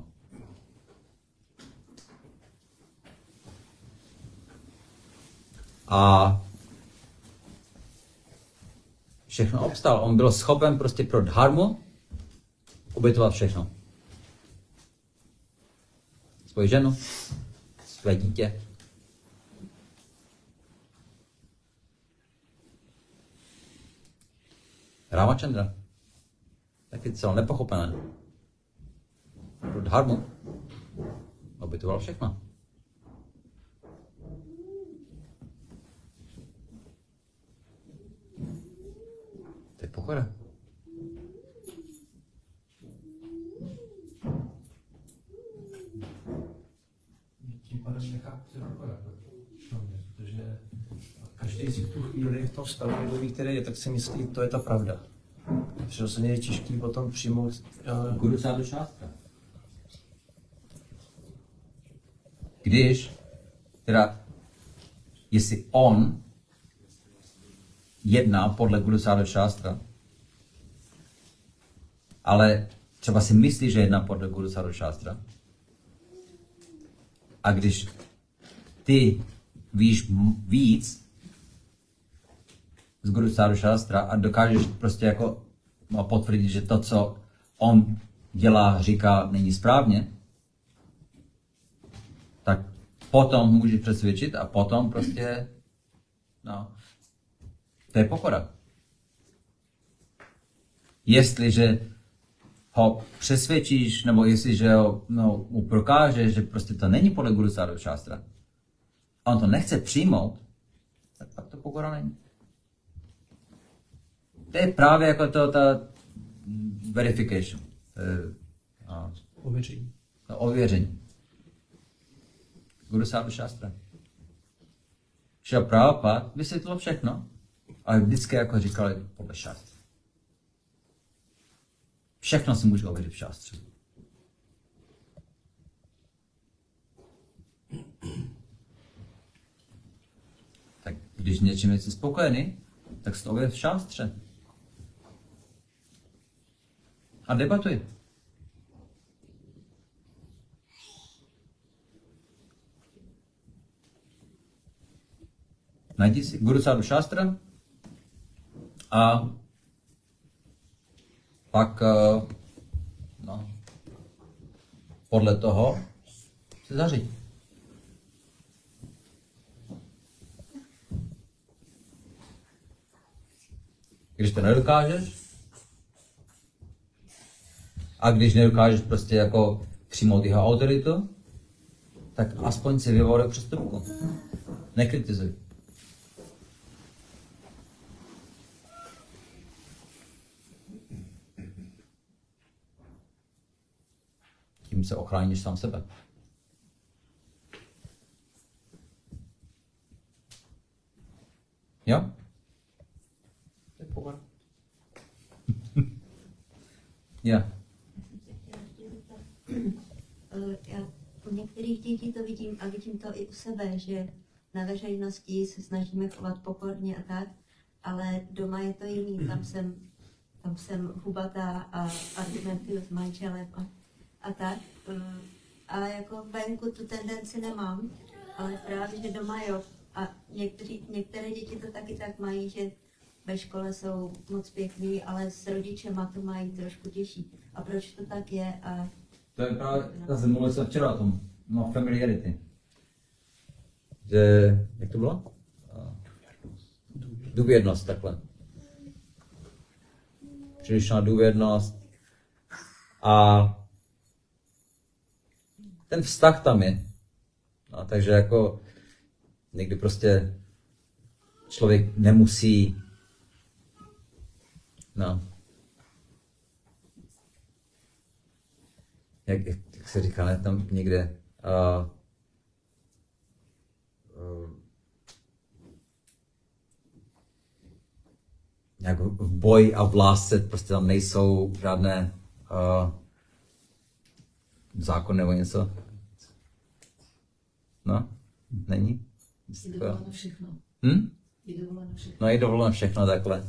A všechno obstál. On byl schopen prostě pro dharmu obětovat všechno. Svoji ženu, své dítě. Ramachandra. Taky celé nepochopené. Pro dharmu obětoval všechno. To je pokora. v tom stavu lidový, který je, tak si myslí, to je ta pravda. Přirozeně je těžký potom přijmout... Uh, Guru Sadhu Shastra. Když, teda, jestli on jedná podle Guru Sadhu Shastra, ale třeba si myslí, že jedná podle Guru Sadhu Shastra, a když ty víš víc z Guru Sadhu Shastra a dokážeš prostě jako potvrdit, že to, co on dělá, říká, není správně, tak potom můžeš přesvědčit a potom prostě, no, to je pokora. Jestliže ho přesvědčíš, nebo jestliže ho, no, mu prokážeš, že prostě to není podle Guru Sadhu Shastra, a on to nechce přijmout, tak pak to pokora není. To je právě jako to, ta verification. To je, no, ověření. To ověření. Guru Sadhu Shastra. Šrila Prabhupada vysvětlilo všechno, ale vždycky jako říkali podle šástra. Všechno si může ověřit v šástře. Tak když něčím nejsi spokojený, tak si to ověř v šástře. A debatuj. Najdi si Guru Sadhu Shastra a pak no, podle toho se zařiď. Když to nedokážeš, a když nedokážeš prostě jako přijmout jeho autoritu, tak aspoň si vyvolej přestupku. Nekritizuj. Tím se ochráníš sám sebe. Jo? To je pohoda. Já. Já u některých dětí to vidím a vidím to i u sebe, že na veřejnosti se snažíme chovat pokorně a tak, ale doma je to jiný, tam jsem, tam jsem hubatá a argumentuju s manželem a, a tak. A jako venku tu tendenci nemám, ale právě, že doma jo. A některý, některé děti to taky tak mají, že ve škole jsou moc pěkný, ale s rodičema to mají trošku těžší. A proč to tak je? A to je právě, zase mluvili jsme včera o tom, no familiarity. Že, jak to bylo? Důvěrnost, takhle. Přílišná důvěrnost. A ten vztah tam je. No, takže jako někdy prostě člověk nemusí, no, jak, jak se říká, ne, tam někde, uh, uh, nějak v boji a v lásce prostě tam nejsou žádné uh, zákony nebo něco. No, není? Je dovoleno všechno. Hm? Je dovoleno všechno. No, je dovoleno všechno takhle.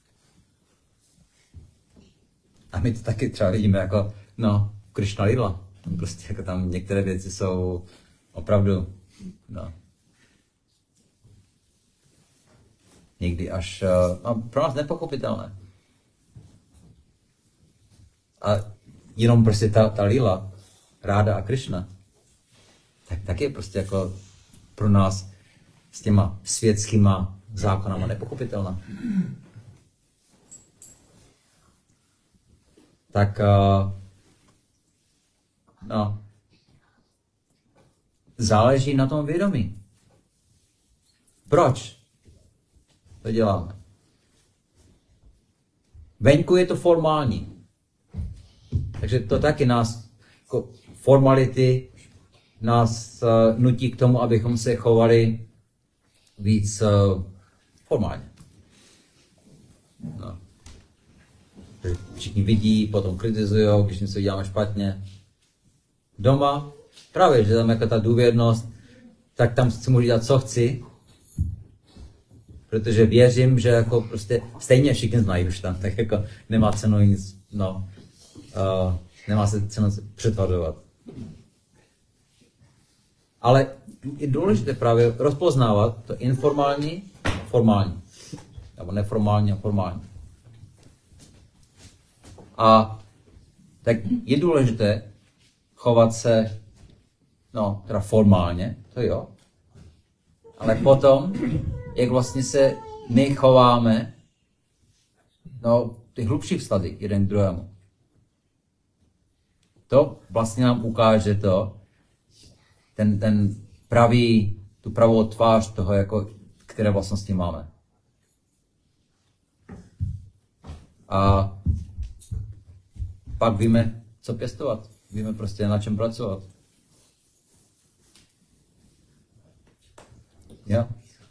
A my to taky třeba vidíme jako, no, Krishna Lila. Prostě jako tam některé věci jsou opravdu, no, někdy až no, pro nás nepochopitelné. A jenom prostě ta, ta Lila, Ráda a Krishna, tak, tak je prostě jako pro nás s těma světskýma zákonama nepochopitelná. Tak uh, no, záleží na tom vědomí. Proč to děláme? Venku je to formální. Takže to taky nás, jako formality nás uh, nutí k tomu, abychom se chovali víc uh, formálně. Všichni vidí, potom kritizují, když něco děláme špatně. Doma, právě, že tam jako ta důvěrnost, tak tam si můžu dělat, co chci, protože věřím, že jako prostě stejně všichni znají už tam, tak jako nemá cenu nic, no, uh, nemá se cenu přetvarovat. Ale je důležité právě rozpoznávat to informální a formální, nebo neformální a formální. A tak je důležité chovat se, no, teda formálně, to jo, ale potom, jak vlastně se my chováme, no, ty hlubší vztahy jeden k druhému. To vlastně nám ukáže to, ten, ten pravý, tu pravou tvář toho, jako, které vlastnosti máme. A pak víme, co pěstovat. Víme prostě, na čem pracovat. Jo?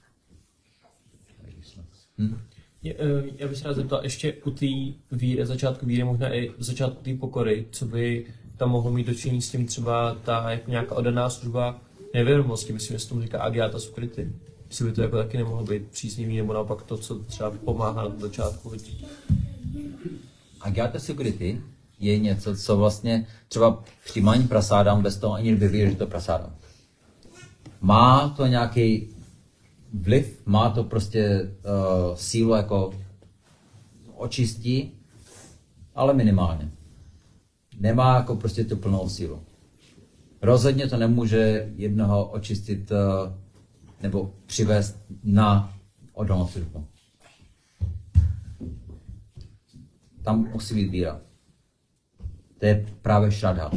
Hm? Je, eh, Já bych se rád zeptal ještě u té víry, začátku víry, možná i začátku té pokory, co by tam mohlo mít dočinění s tím třeba ta jako nějaká oddaná služba nevědomosti, myslím, že se tomu říká agiata sukrity. Jestli by to jako taky nemohlo být příznivý, nebo naopak to, co třeba pomáhá na začátku lidí. Agiata sukrity je něco, co vlastně třeba přijímání prasádám, bez toho ani nevěří, že to prasádám. Má to nějaký vliv, má to prostě uh, sílu jako očistí, ale minimálně. Nemá jako prostě tu plnou sílu. Rozhodně to nemůže jednoho očistit uh, nebo přivést na odolnou službu. Tam musí být víra. To je právě šradha.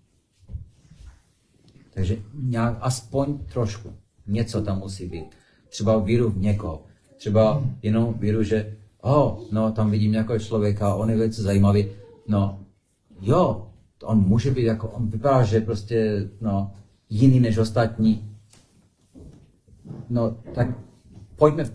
Takže nějak, aspoň trošku, něco tam musí být. Třeba víru v někoho. Třeba jenom víru, že oh, no, tam vidím nějakého člověka, on je velice zajímavý. No, jo, on může být jako, on vypadá, že prostě, no, jiný než ostatní. No, tak pojďme,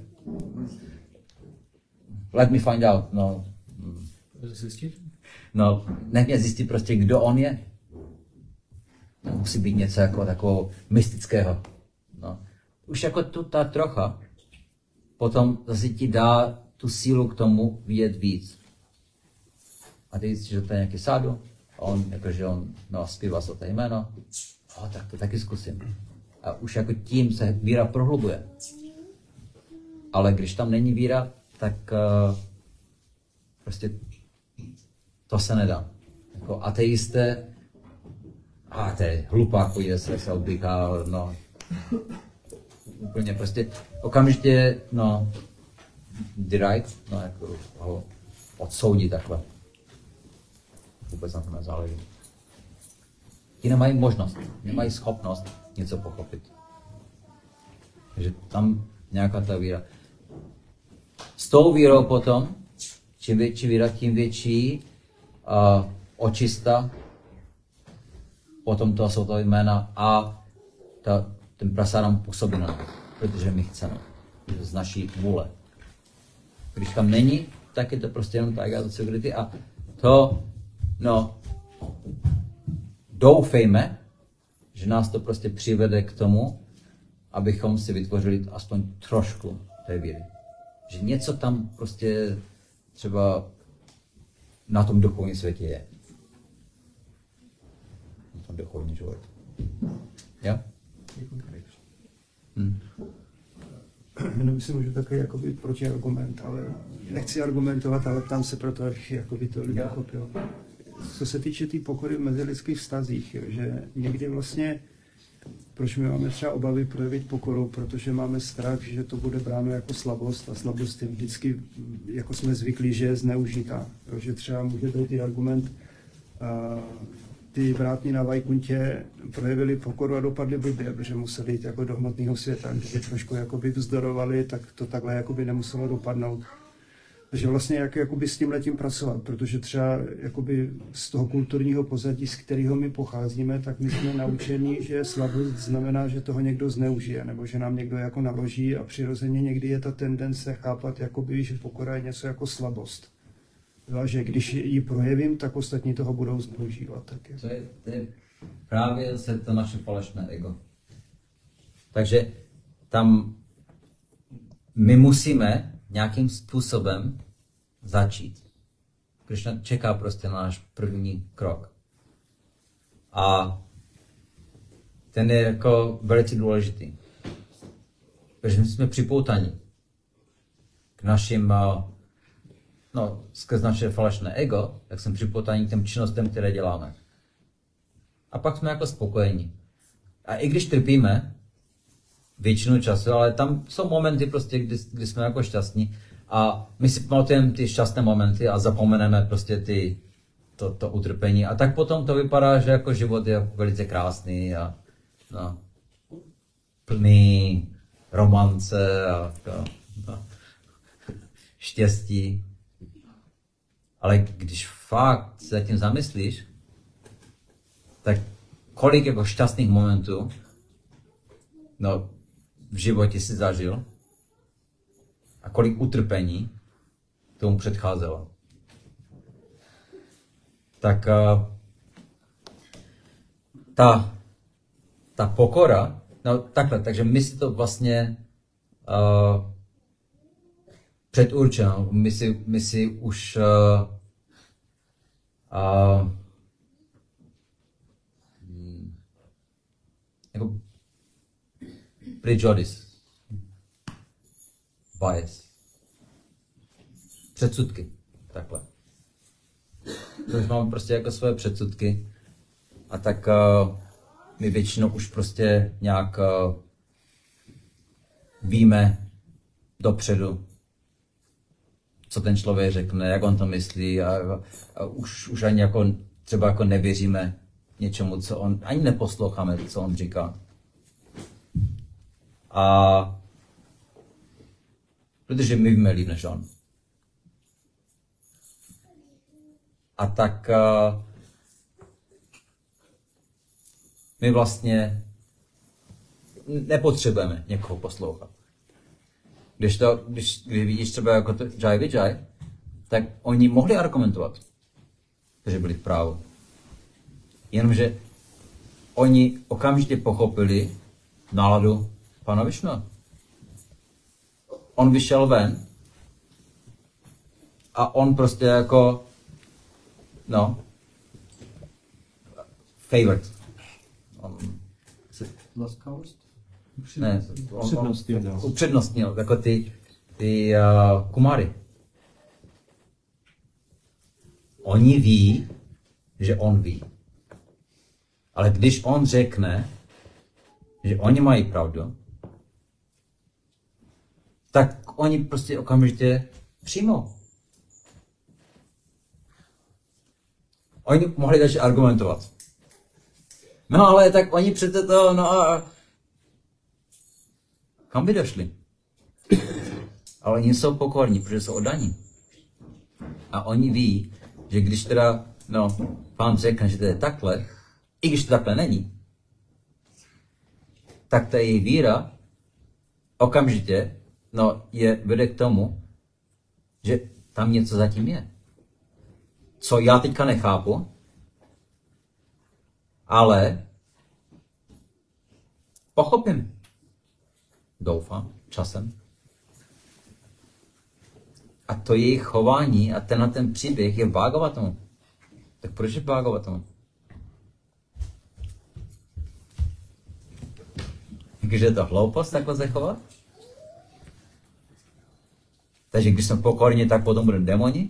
let me find out, no. Zjistit? No, nech mě zjistit prostě, kdo on je. To musí být něco jako takového mystického. No. Už jako tu ta trocha, potom zase ti dá tu sílu k tomu vidět víc. A ty zjistíš, že to je nějaký sádu, a on, jakože on, no, zpívá svaté jméno, o, tak to taky zkusím. A už jako tím se víra prohlubuje. Ale když tam není víra, tak uh, prostě to se nedá. Jako ateisté, a to je hlupák, pojde se, se oddychá, no, úplně prostě, okamžitě, no, the right, no, jako ho odsoudí takhle. Vůbec na to nezáleží. Ti nemají možnost, nemají schopnost něco pochopit. Takže tam nějaká ta víra. S tou vírou potom, čím větší víra, tím větší uh, očista, potom to jsou to jména a ta, ten prasádám působí na nás, protože my chceme. Je to z naší vůle. Když tam není, tak je to prostě jenom ta agiata sukrity a to, no, doufejme, že nás to prostě přivede k tomu, abychom si vytvořili aspoň trošku té víry. Že něco tam prostě třeba na tom duchovním světě je. Na tom duchovním životě. Jo? Hm. Jenom si můžu takový jakoby protiargument, ale nechci argumentovat, ale ptám se proto, abych jakoby to lidi pochopil. Co se týče té tý pokory v mezilidských vztazích, jo, že někdy vlastně, proč my máme třeba obavy projevit pokoru, protože máme strach, že to bude bráno jako slabost a slabost je vždycky, jako jsme zvyklí, že je zneužitá. Jo, že třeba může být i argument, uh, ty vrátní na Vajkuntě projevili pokoru a dopadli blbě, protože museli jít jako do hmotného světa. Když trošku jakoby vzdorovali, tak to takhle jakoby nemuselo dopadnout. Takže vlastně jak jakoby s tím letím pracovat, protože třeba jakoby z toho kulturního pozadí, z kterého my pocházíme, tak my jsme naučení, že slabost znamená, že toho někdo zneužije, nebo že nám někdo jako naloží a přirozeně někdy je ta tendence chápat, jakoby, že pokora je něco jako slabost. byla, že když ji projevím, tak ostatní toho budou zneužívat. Tak je. To je, to je právě se to naše falešné ego. Takže tam my musíme nějakým způsobem začít. Krishna čeká prostě na náš první krok. A ten je jako velice důležitý. Protože my jsme připoutaní k našim, no, skrz naše falešné ego, tak jsme připoutaní k těm činnostem, které děláme. A pak jsme jako spokojení. A i když trpíme většinu času, ale tam jsou momenty prostě, kdy, kdy jsme jako šťastní a my si pamatujeme ty šťastné momenty a zapomeneme prostě ty, to, to utrpení. A tak potom to vypadá, že jako život je velice krásný a no, plný romance a, a, a štěstí. Ale když fakt se tím zamyslíš, tak kolik jako šťastných momentů no, v životě si zažil a kolik utrpení tomu předcházelo. Tak uh, ta, ta pokora, no takhle, takže my si to vlastně uh, předurčujeme, my si, my si už uh, uh, jako prejudice, bias, předsudky, takhle. Už máme prostě jako své předsudky a tak uh, my většinou už prostě nějak uh, víme dopředu, co ten člověk řekne, jak on to myslí a, a už, už ani jako třeba jako nevěříme něčemu, co on, ani neposloucháme, co on říká. A protože my víme líp než on. A tak uh, my vlastně nepotřebujeme někoho poslouchat. Když, to, když, když vidíš třeba jako to Jai Vijay, tak oni mohli argumentovat, že byli v právu. Jenomže oni okamžitě pochopili náladu Pána Višnu. On vyšel ven a on prostě jako, no, favorite. On se ne, on, on, on upřednostnil jako ty, ty uh, kumary. Oni ví, že on ví. Ale když on řekne, že oni mají pravdu, tak oni prostě okamžitě přijmou. Oni mohli začít argumentovat. No ale tak oni přece to, no a kam by došli? Ale oni jsou pokorní, protože jsou oddaní. A oni ví, že když teda, no, pán řekne, že to je takhle, i když to takhle není, tak ta její víra okamžitě, no, je vede k tomu, že tam něco zatím je. Co já teďka nechápu, ale pochopím. Doufám, časem. A to jejich chování a tenhle ten příběh je Bhagavatam. Tak proč je Bhagavatam? Když je to hloupost takhle se chovat? Takže když jsme pokorní, tak potom budeme démoni?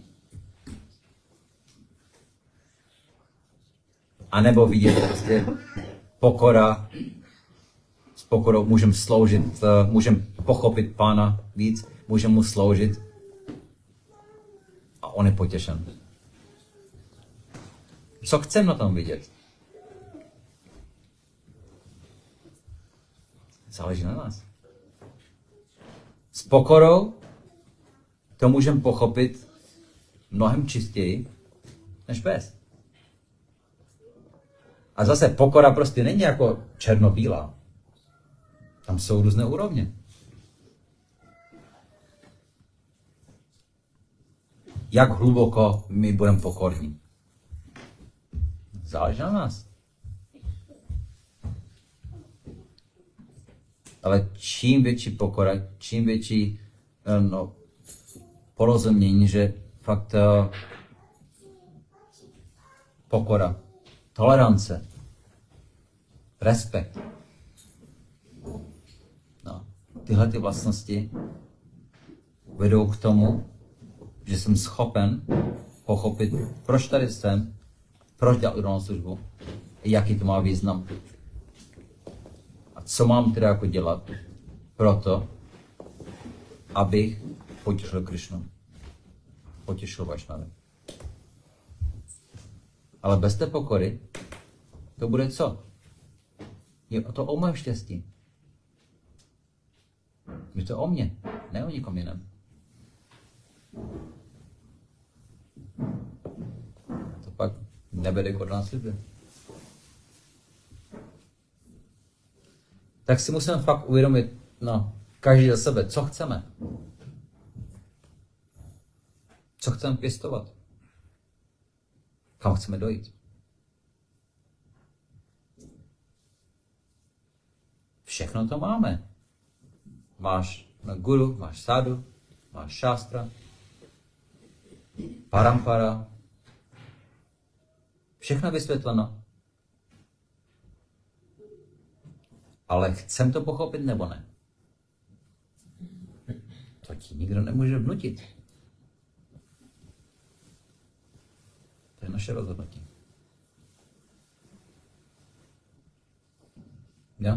A nebo vidět prostě pokora, s pokorou můžeme sloužit, můžeme pochopit Pána víc, můžeme mu sloužit a on je potěšen. Co chceme na tom vidět? Záleží na nás. S pokorou to můžeme pochopit mnohem čistěji než bez. A zase pokora prostě není jako černobílá. Tam jsou různé úrovně. jak hluboko my budeme pokorní. Záleží na nás. Ale čím větší pokora, čím větší no, porozumění, že fakt uh, pokora, tolerance, respekt. No, tyhle ty vlastnosti vedou k tomu, že jsem schopen pochopit, proč tady jsem, proč dělat udanou službu, jaký to má význam. A co mám teda jako dělat proto, abych potěšil Krišnu, potěšil Vajšnavy. Ale bez té pokory to bude co? Je to o mém štěstí. Je to o mně, ne o nikom jiném. To pak nevede k oddané službě. Tak si musíme fakt uvědomit, no, každý za sebe, co chceme. Co chceme pěstovat. Kam chceme dojít. Všechno to máme. Máš na guru, máš sádu, máš šástra, parampara. Všechno je vysvětleno. Ale chcem to pochopit nebo ne? To ti nikdo nemůže vnutit. To je naše rozhodnutí. Jo?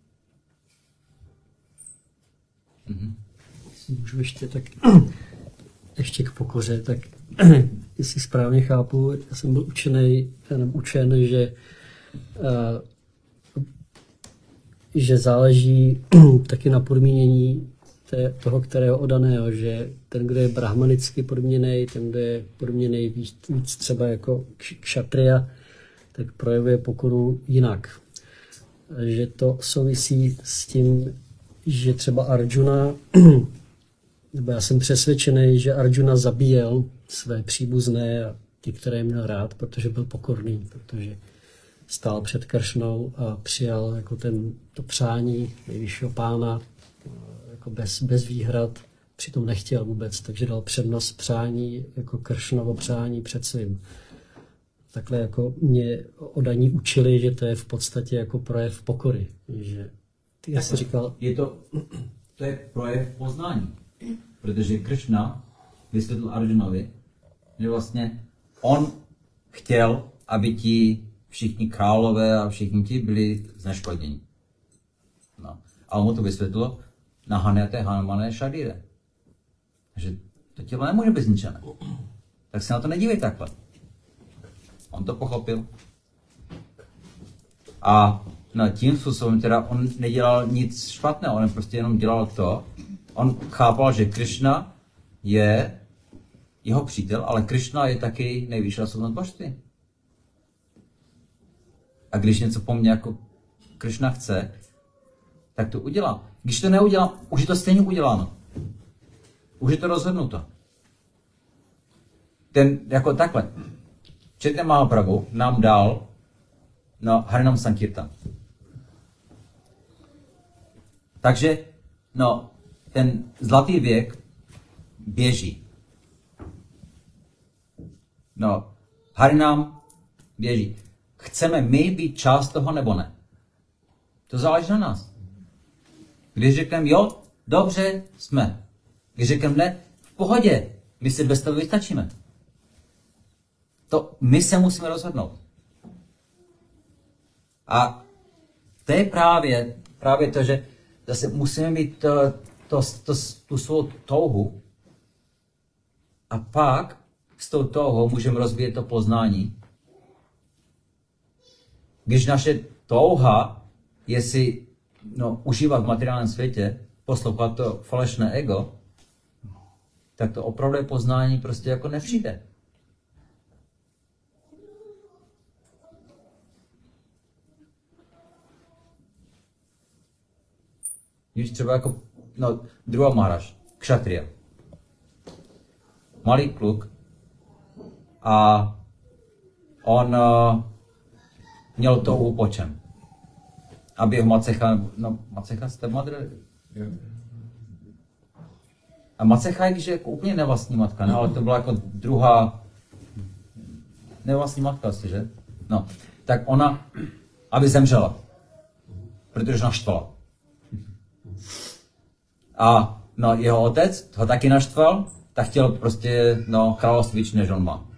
Mhm. Jestli můžu ještě tak ještě k pokoře, tak jestli správně chápu, já jsem byl učený, jenom učen, že uh, že záleží taky na podmínění té, toho, kterého odaného, že ten, kdo je brahmanicky podmíněný, ten, kdo je podmíněný víc, víc třeba jako kšatria, tak projevuje pokoru jinak. Že to souvisí s tím, že třeba Arjuna, nebo já jsem přesvědčený, že Arjuna zabíjel své příbuzné a ty, které měl rád, protože byl pokorný, protože stál před Kršnou a přijal jako ten, to přání nejvyššího pána jako bez, bez výhrad, přitom nechtěl vůbec, takže dal přednost přání jako Kršnovo přání před svým. Takhle jako mě odaní učili, že to je v podstatě jako projev pokory. Že ty jsi říkal... Je to, to je projev poznání, protože Kršna vysvětlil Arjunovi, že vlastně on chtěl, aby ti všichni králové a všichni ti byli zneškodněni. No. A on mu to vysvětlilo na Hanete Hanumané Šadíre. Že to tělo nemůže být zničené. Tak se na to nedívej takhle. On to pochopil. A no, tím způsobem teda on nedělal nic špatného, on prostě jenom dělal to. On chápal, že Krishna je jeho přítel, ale Krishna je taky nejvyšší osobnost božství. A když něco po mně jako Krishna chce, tak to udělá. Když to neudělám, už je to stejně uděláno. Už je to rozhodnuto. Ten, jako takhle. Chaitanya Mahaprabhu nám dal no, Harinam Sankirtan. Takže no, ten zlatý věk běží. No, Harinam běží. Chceme my být část toho nebo ne? To záleží na nás. Když řekneme jo, dobře, jsme. Když řekneme ne, v pohodě, my si bez toho vystačíme. To my se musíme rozhodnout. A to je právě, právě to, že zase musíme mít to, to, to, tu svou touhu a pak s tou touhou můžeme rozvíjet to poznání. Když naše touha je si no, užívat v materiálním světě, poslouchat to falešné ego, tak to opravdu poznání prostě jako nepřijde. Když třeba jako, no, Dhruva Maharaj, kšatria. Malý kluk a on uh, měl touhu po čem? Aby ho Macecha, no Macecha jste madr? A Macecha je, že jako úplně nevlastní matka, ne? Ale to byla jako druhá nevlastní matka asi, že? No, tak ona, aby zemřela, protože naštvala. A no, jeho otec ho taky naštval, tak chtěl prostě no, království víc, než on má.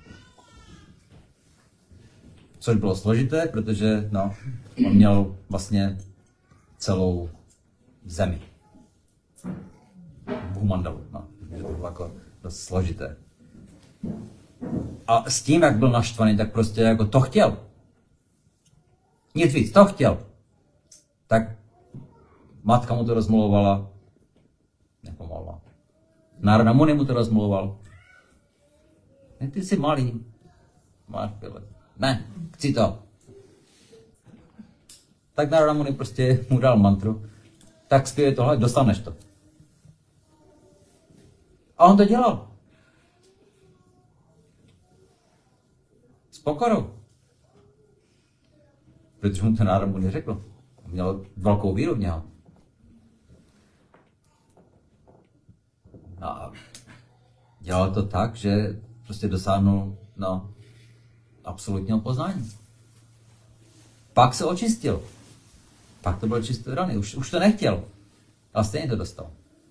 Což bylo složité, protože no, on měl vlastně celou zemi. Humandalu, no, takže to bylo jako dost složité. A s tím, jak byl naštvaný, tak prostě jako to chtěl. Nic víc, to chtěl. Tak matka mu to rozmluvovala, nepomohla. Narada Muni mu to rozmluvoval. Ne, ty jsi malý, máš pět let. Ne, chci to. Tak Narada Muni prostě mu dal mantru. Tak zpívej tohle, dostaneš to. A on to dělal. S pokorou. Protože mu to Narada Muni řekl. Měl velkou víru v něho. A dělal to tak, že prostě dosáhnul no, absolutního poznání. Pak se očistil. Pak to byl čisté rany. Už, už to nechtěl. Ale stejně to dostal.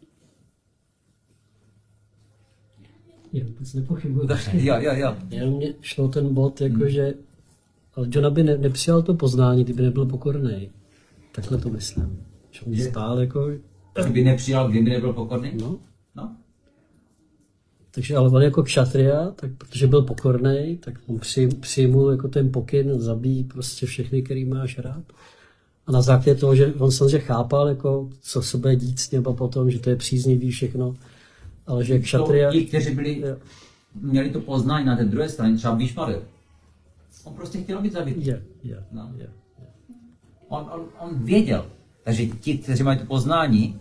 Já vůbec nepochybuju. Jo, jo, jo. Jenom mě šlo ten bod, jako že ale John by ne, nepřijal to poznání, kdyby nebyl pokorný. Takhle to myslím. Že on stál jako... Kdyby nepřijal, kdyby nebyl pokorný? No. No. Takže ale on jako kšatria, tak protože byl pokorný, tak on přijm, přijmul jako ten pokyn, zabíjí prostě všechny, který máš rád. A na základě toho, že on samozřejmě chápal, jako, co se bude dít s ním a potom, že to je příznivý všechno, ale že kšatria... Ti, kteří byli, měli to poznání na té druhé straně, třeba Bhishmaril. On prostě chtěl být zabitý. Je, je, no. je. On, on, on věděl. Takže ti, kteří mají to poznání,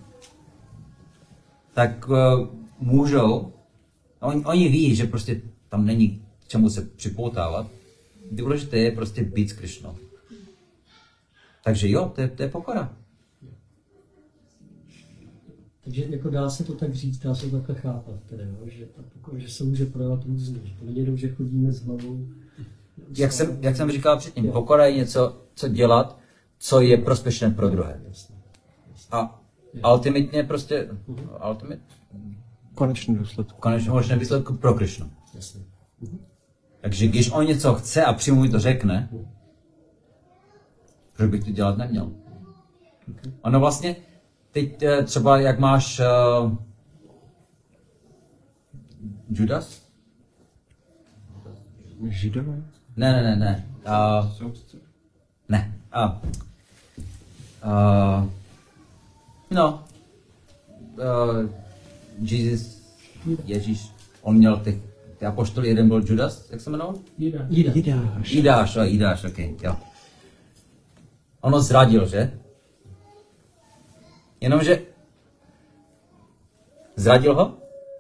tak uh, můžou, on, oni ví, že prostě tam není k čemu se připoutávat. Důležité je prostě být s Krišnou. Takže jo, to je, to je pokora. Takže jako dá se to tak říct, dá se to takhle chápat, tedy, jo? Že, ta pokora, že se může projevat různě. Že to není jenom, že chodíme s hlavou. Jak jsem, jak jsem říkal předtím, pokora je něco, co dělat, co je prospěšné pro druhé. A ultimatně prostě, ultimate, Konečný důsledek. konečně možné výsledku pro Krišnu. Jasně. Takže když on něco chce a přímo mi to řekne, proč bych to dělat neměl? Ono vlastně, teď třeba jak máš uh, Judas? Židové? Ne, ne, ne, ne. Uh, ne. Uh, uh, no. Uh, Jesus, Ježíš, on měl ty, ty apoštoly, jeden byl Judas, jak se jmenoval? Jída. Jidáš. Jidáš, jo, Jidáš, ok, jo. Ono zradil, že? Jenomže zradil ho?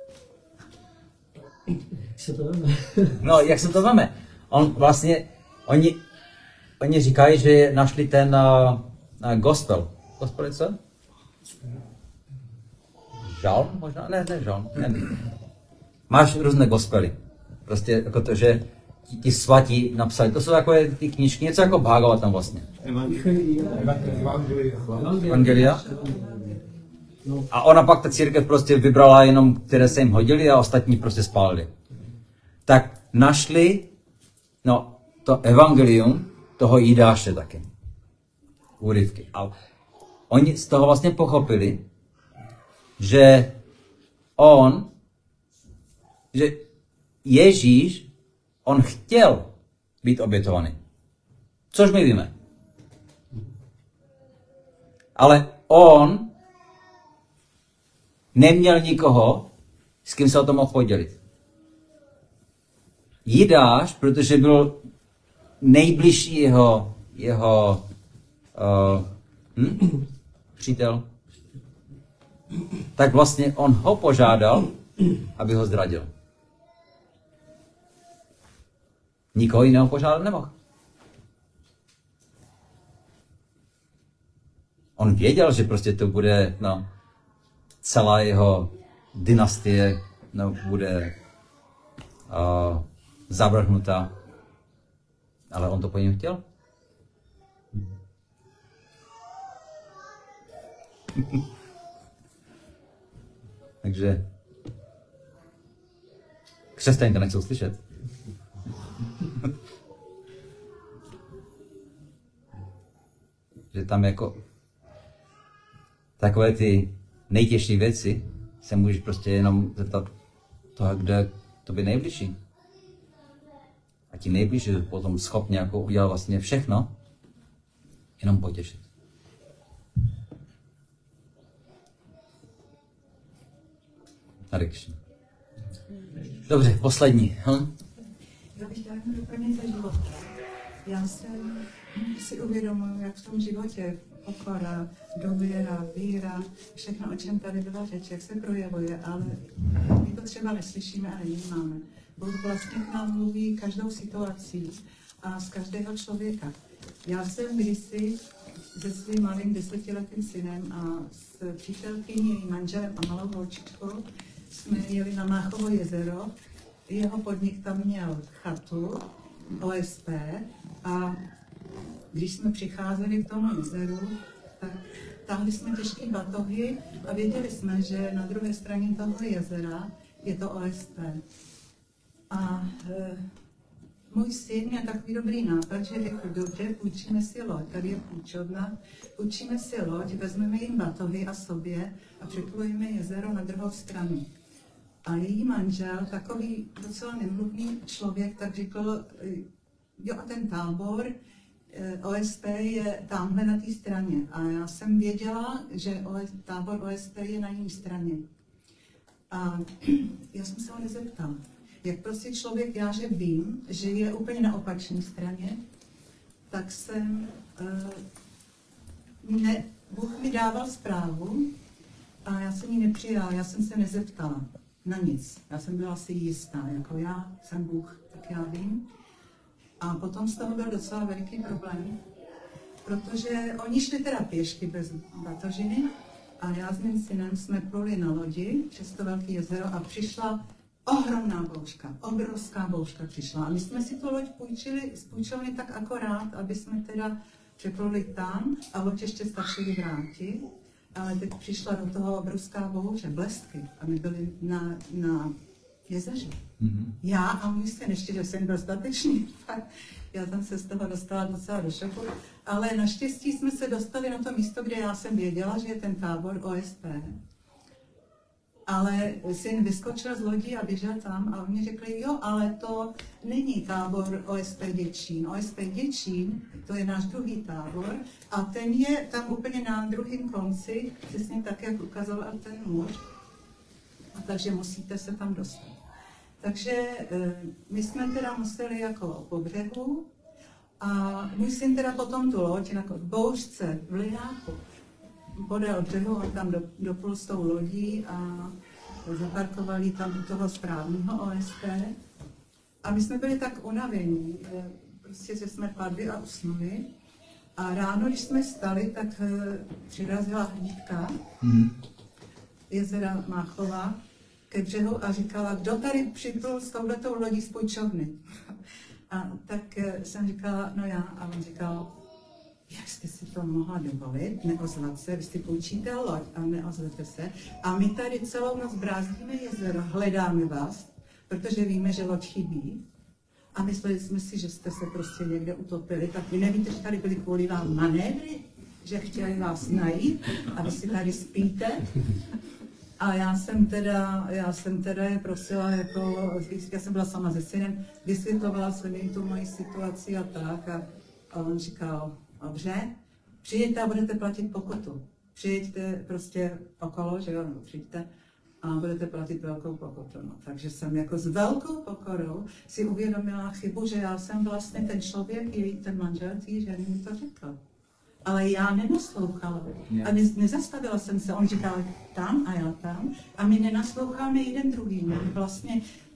Jak se to veme? No, jak se to veme? On vlastně, oni, oni říkají, že našli ten uh, uh, gospel. Gospel je co? Žalm možná? Ne, ne žalm, nevím. Máš různé gospely. Prostě jako to, že ti, ti svatí napsali. To jsou takové ty knížky, něco jako Bhagavad tam vlastně. Evangelia. A ona pak ta církev prostě vybrala jenom, které se jim hodily a ostatní prostě spálili. Tak našli no, to evangelium toho Jidáše taky. Úryvky. A oni z toho vlastně pochopili, že on, že Ježíš, on chtěl být obětovaný. Což my víme. Ale on neměl nikoho, s kým se o tom mohl podělit. Jidáš, protože byl nejbližší jeho, jeho uh, hm? přítel, tak vlastně on ho požádal, aby ho zradil. Nikoho jiného požádat nemohl. On věděl, že prostě to bude, no, celá jeho dynastie, no, bude uh, zavrhnutá. Ale on to po něm chtěl. Takže křesťané to nechcou slyšet. Že tam jako takové ty nejtěžší věci se můžeš prostě jenom zeptat toho, kde to by nejbližší. A ti nejbližší potom schopni jako udělat vlastně všechno, jenom potěšit. Hare Krishna. Dobře, poslední. Hm? Já bych chtěla jenom doplnit ze života. Já jsem si uvědomuji, jak v tom životě pokora, důvěra, víra, všechno, o čem tady byla řeč, jak se projevuje, ale my to třeba neslyšíme a nevnímáme. Bůh vlastně k nám mluví každou situací a z každého člověka. Já jsem kdysi se svým malým desetiletým synem a s přítelkyní, jejím manželem a malou holčičkou jsme jeli na Máchovo jezero. Jeho podnik tam měl chatu, O S P, a když jsme přicházeli k tomu jezeru, tak táhli jsme těžké batohy a věděli jsme, že na druhé straně toho jezera je to O S P. A e, můj syn měl takový dobrý nápad, že řekl, dobře, půjčíme si loď, tady je půjčovna, půjčíme si loď, vezmeme jim batohy a sobě a přeplujeme jezero na druhou stranu. A její manžel, takový docela nemluvný člověk, tak řekl, jo, a ten tábor O S P je tamhle na té straně. A já jsem věděla, že tábor O S P je na jiné straně. A já jsem se ho nezeptala. Jak prostě člověk, já že vím, že je úplně na opačné straně, tak jsem, uh, ne, Bůh mi dával zprávu a já jsem ji nepřijala, já jsem se nezeptala na nic. Já jsem byla si jistá, jako já jsem Bůh, tak já vím. A potom z toho byl docela veliký problém, protože oni šli teda pěšky bez batožiny a já s mým synem jsme pluli na lodi přes to velké jezero a přišla ohromná bouřka, obrovská bouřka přišla. A my jsme si tu loď půjčili, spůjčili tak akorát, aby jsme teda přepluli tam a loď ještě stačili vrátit. Ale teď přišla do toho obrovská bouře, blesky a my byli na, na jezeře. Mm-hmm. Já a můj syn, ještě, že jsem dostatečný, tak já jsem se z toho dostala docela do šoku, ale naštěstí jsme se dostali na to místo, kde já jsem věděla, že je ten tábor O S P. Ale syn vyskočil z lodi a běžel tam a oni řekli, jo, ale to není tábor O S P Děčín. O S P Děčín, to je náš druhý tábor a ten je tam úplně na druhém konci, přesně tak, jak ukazoval ten muž. A takže musíte se tam dostat. Takže my jsme teda museli jako po břehu a můj syn teda potom tu loď jako v bouřce, v lidáku, podél břehu, on tam do, doplul s tou lodí a zaparkovali tam u toho správného O S P. A my jsme byli tak unavení, prostě, že jsme padli a usnuli. A ráno, když jsme stali, tak přirazila hlídka hmm. jezera Máchova ke břehu a říkala, kdo tady připlul s touhletou lodí z půjčovny. A tak jsem říkala, no já. A on říkal, jak jste si to mohla dovolit, neozvat se, vy si půjčíte loď a neozvete se. A my tady celou noc brázdíme jezero, hledáme vás, protože víme, že loď chybí. A mysleli jsme si, že jste se prostě někde utopili, tak vy nevíte, že tady byly kvůli vám manévry, že chtěli vás najít a vy si tady spíte. A já jsem teda, já jsem teda je prosila, jako, já jsem byla sama se synem, vysvětlovala jsem jim tu moji situaci a tak. A, a on říkal, dobře, přijeďte a budete platit pokutu. Přijeďte prostě okolo, že jo, no, přijďte a budete platit velkou pokutu. No. Takže jsem jako s velkou pokorou si uvědomila chybu, že já jsem vlastně ten člověk, její ten manžel, tý ženy mi to řekl. Ale já nenaslouchala. A ne, nezastavila jsem se, on říkal tam a já tam. A my nenasloucháme jeden druhý. My vlastně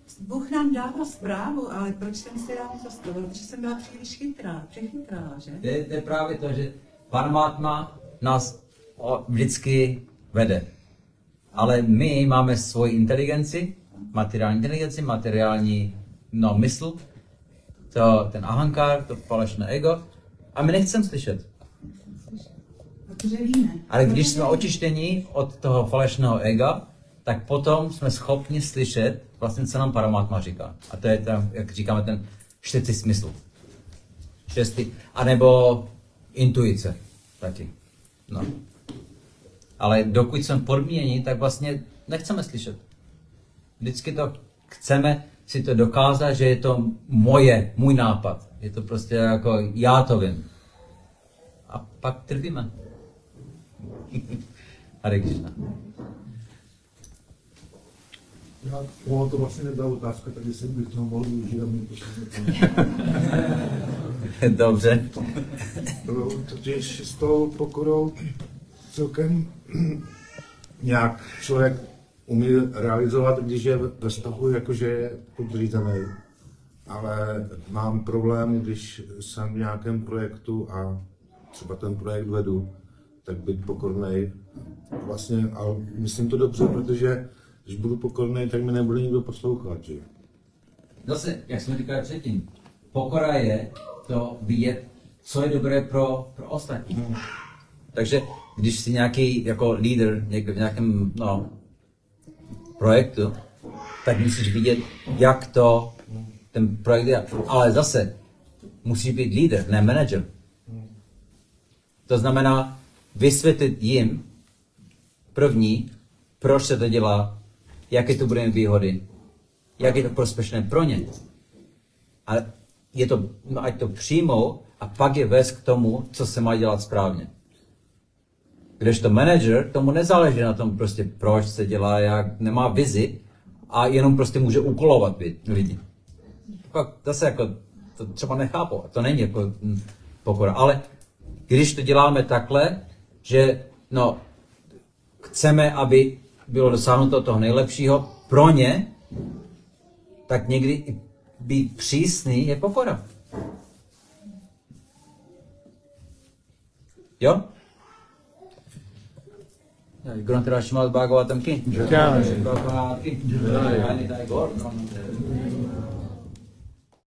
Bůh nám dává zprávu, ale proč jsem si dám to slovo? Protože jsem byla příliš chytrá, přechytrá, že? To je, to je právě to, že Paramatma nás o, vždycky vede. Ale my máme svoji inteligenci, materiální inteligenci, materiální no, mysl, to, ten ahankár, to falešné ego, a my nechceme slyšet. Protože víme. Ale když jsme očištěni od toho falešného ega, tak potom jsme schopni slyšet vlastně, co nám Paramatma říká. A to je tam, jak říkáme, ten čtvrtý smysl. Šestý, anebo intuice taky. No. Ale dokud jsme podmíněni, tak vlastně nechceme slyšet. Vždycky to chceme si to dokázat, že je to moje, můj nápad. Je to prostě jako já to vím. A pak trpíme. Hare Krishna. Já, ono to vlastně nebyla otázka, takže jsem bych to mohl využít a mít to Dobře. Totiž s tou pokorou celkem nějak člověk umí realizovat, když je ve vztahu, jakože je podřízený. Ale mám problém, když jsem v nějakém projektu a třeba ten projekt vedu, tak být pokornej. Vlastně, ale myslím to dobře, protože když budu pokornej, tak mi nebude nikdo poslouchat, že? Zase, jak jsme říkali předtím, pokora je to vidět, co je dobré pro, pro ostatní. Hmm. Takže když jsi nějaký jako lídr někde v nějakém no, projektu, tak musíš vidět, jak to ten projekt je. Ale zase, musíš být lídr, ne manager. To znamená vysvětlit jim první, proč se to dělá, jaké to bude výhody, jak je to prospěšné pro ně. A je to, no ať to přijmou a pak je vést k tomu, co se má dělat správně. Kdežto manager, tomu nezáleží na tom prostě, proč se dělá, jak nemá vizi a jenom prostě může úkolovat lidi. Pak zase jako, to třeba nechápu, to není jako hm, pokora. Ale když to děláme takhle, že no, chceme, aby bylo dosáhnuto toho nejlepšího pro ně, tak někdy být přísný je pokora. Jo? Grunter Ashmal Bhagavatam ki? Jai. Jai. Jai. Jai. Jai. Jai.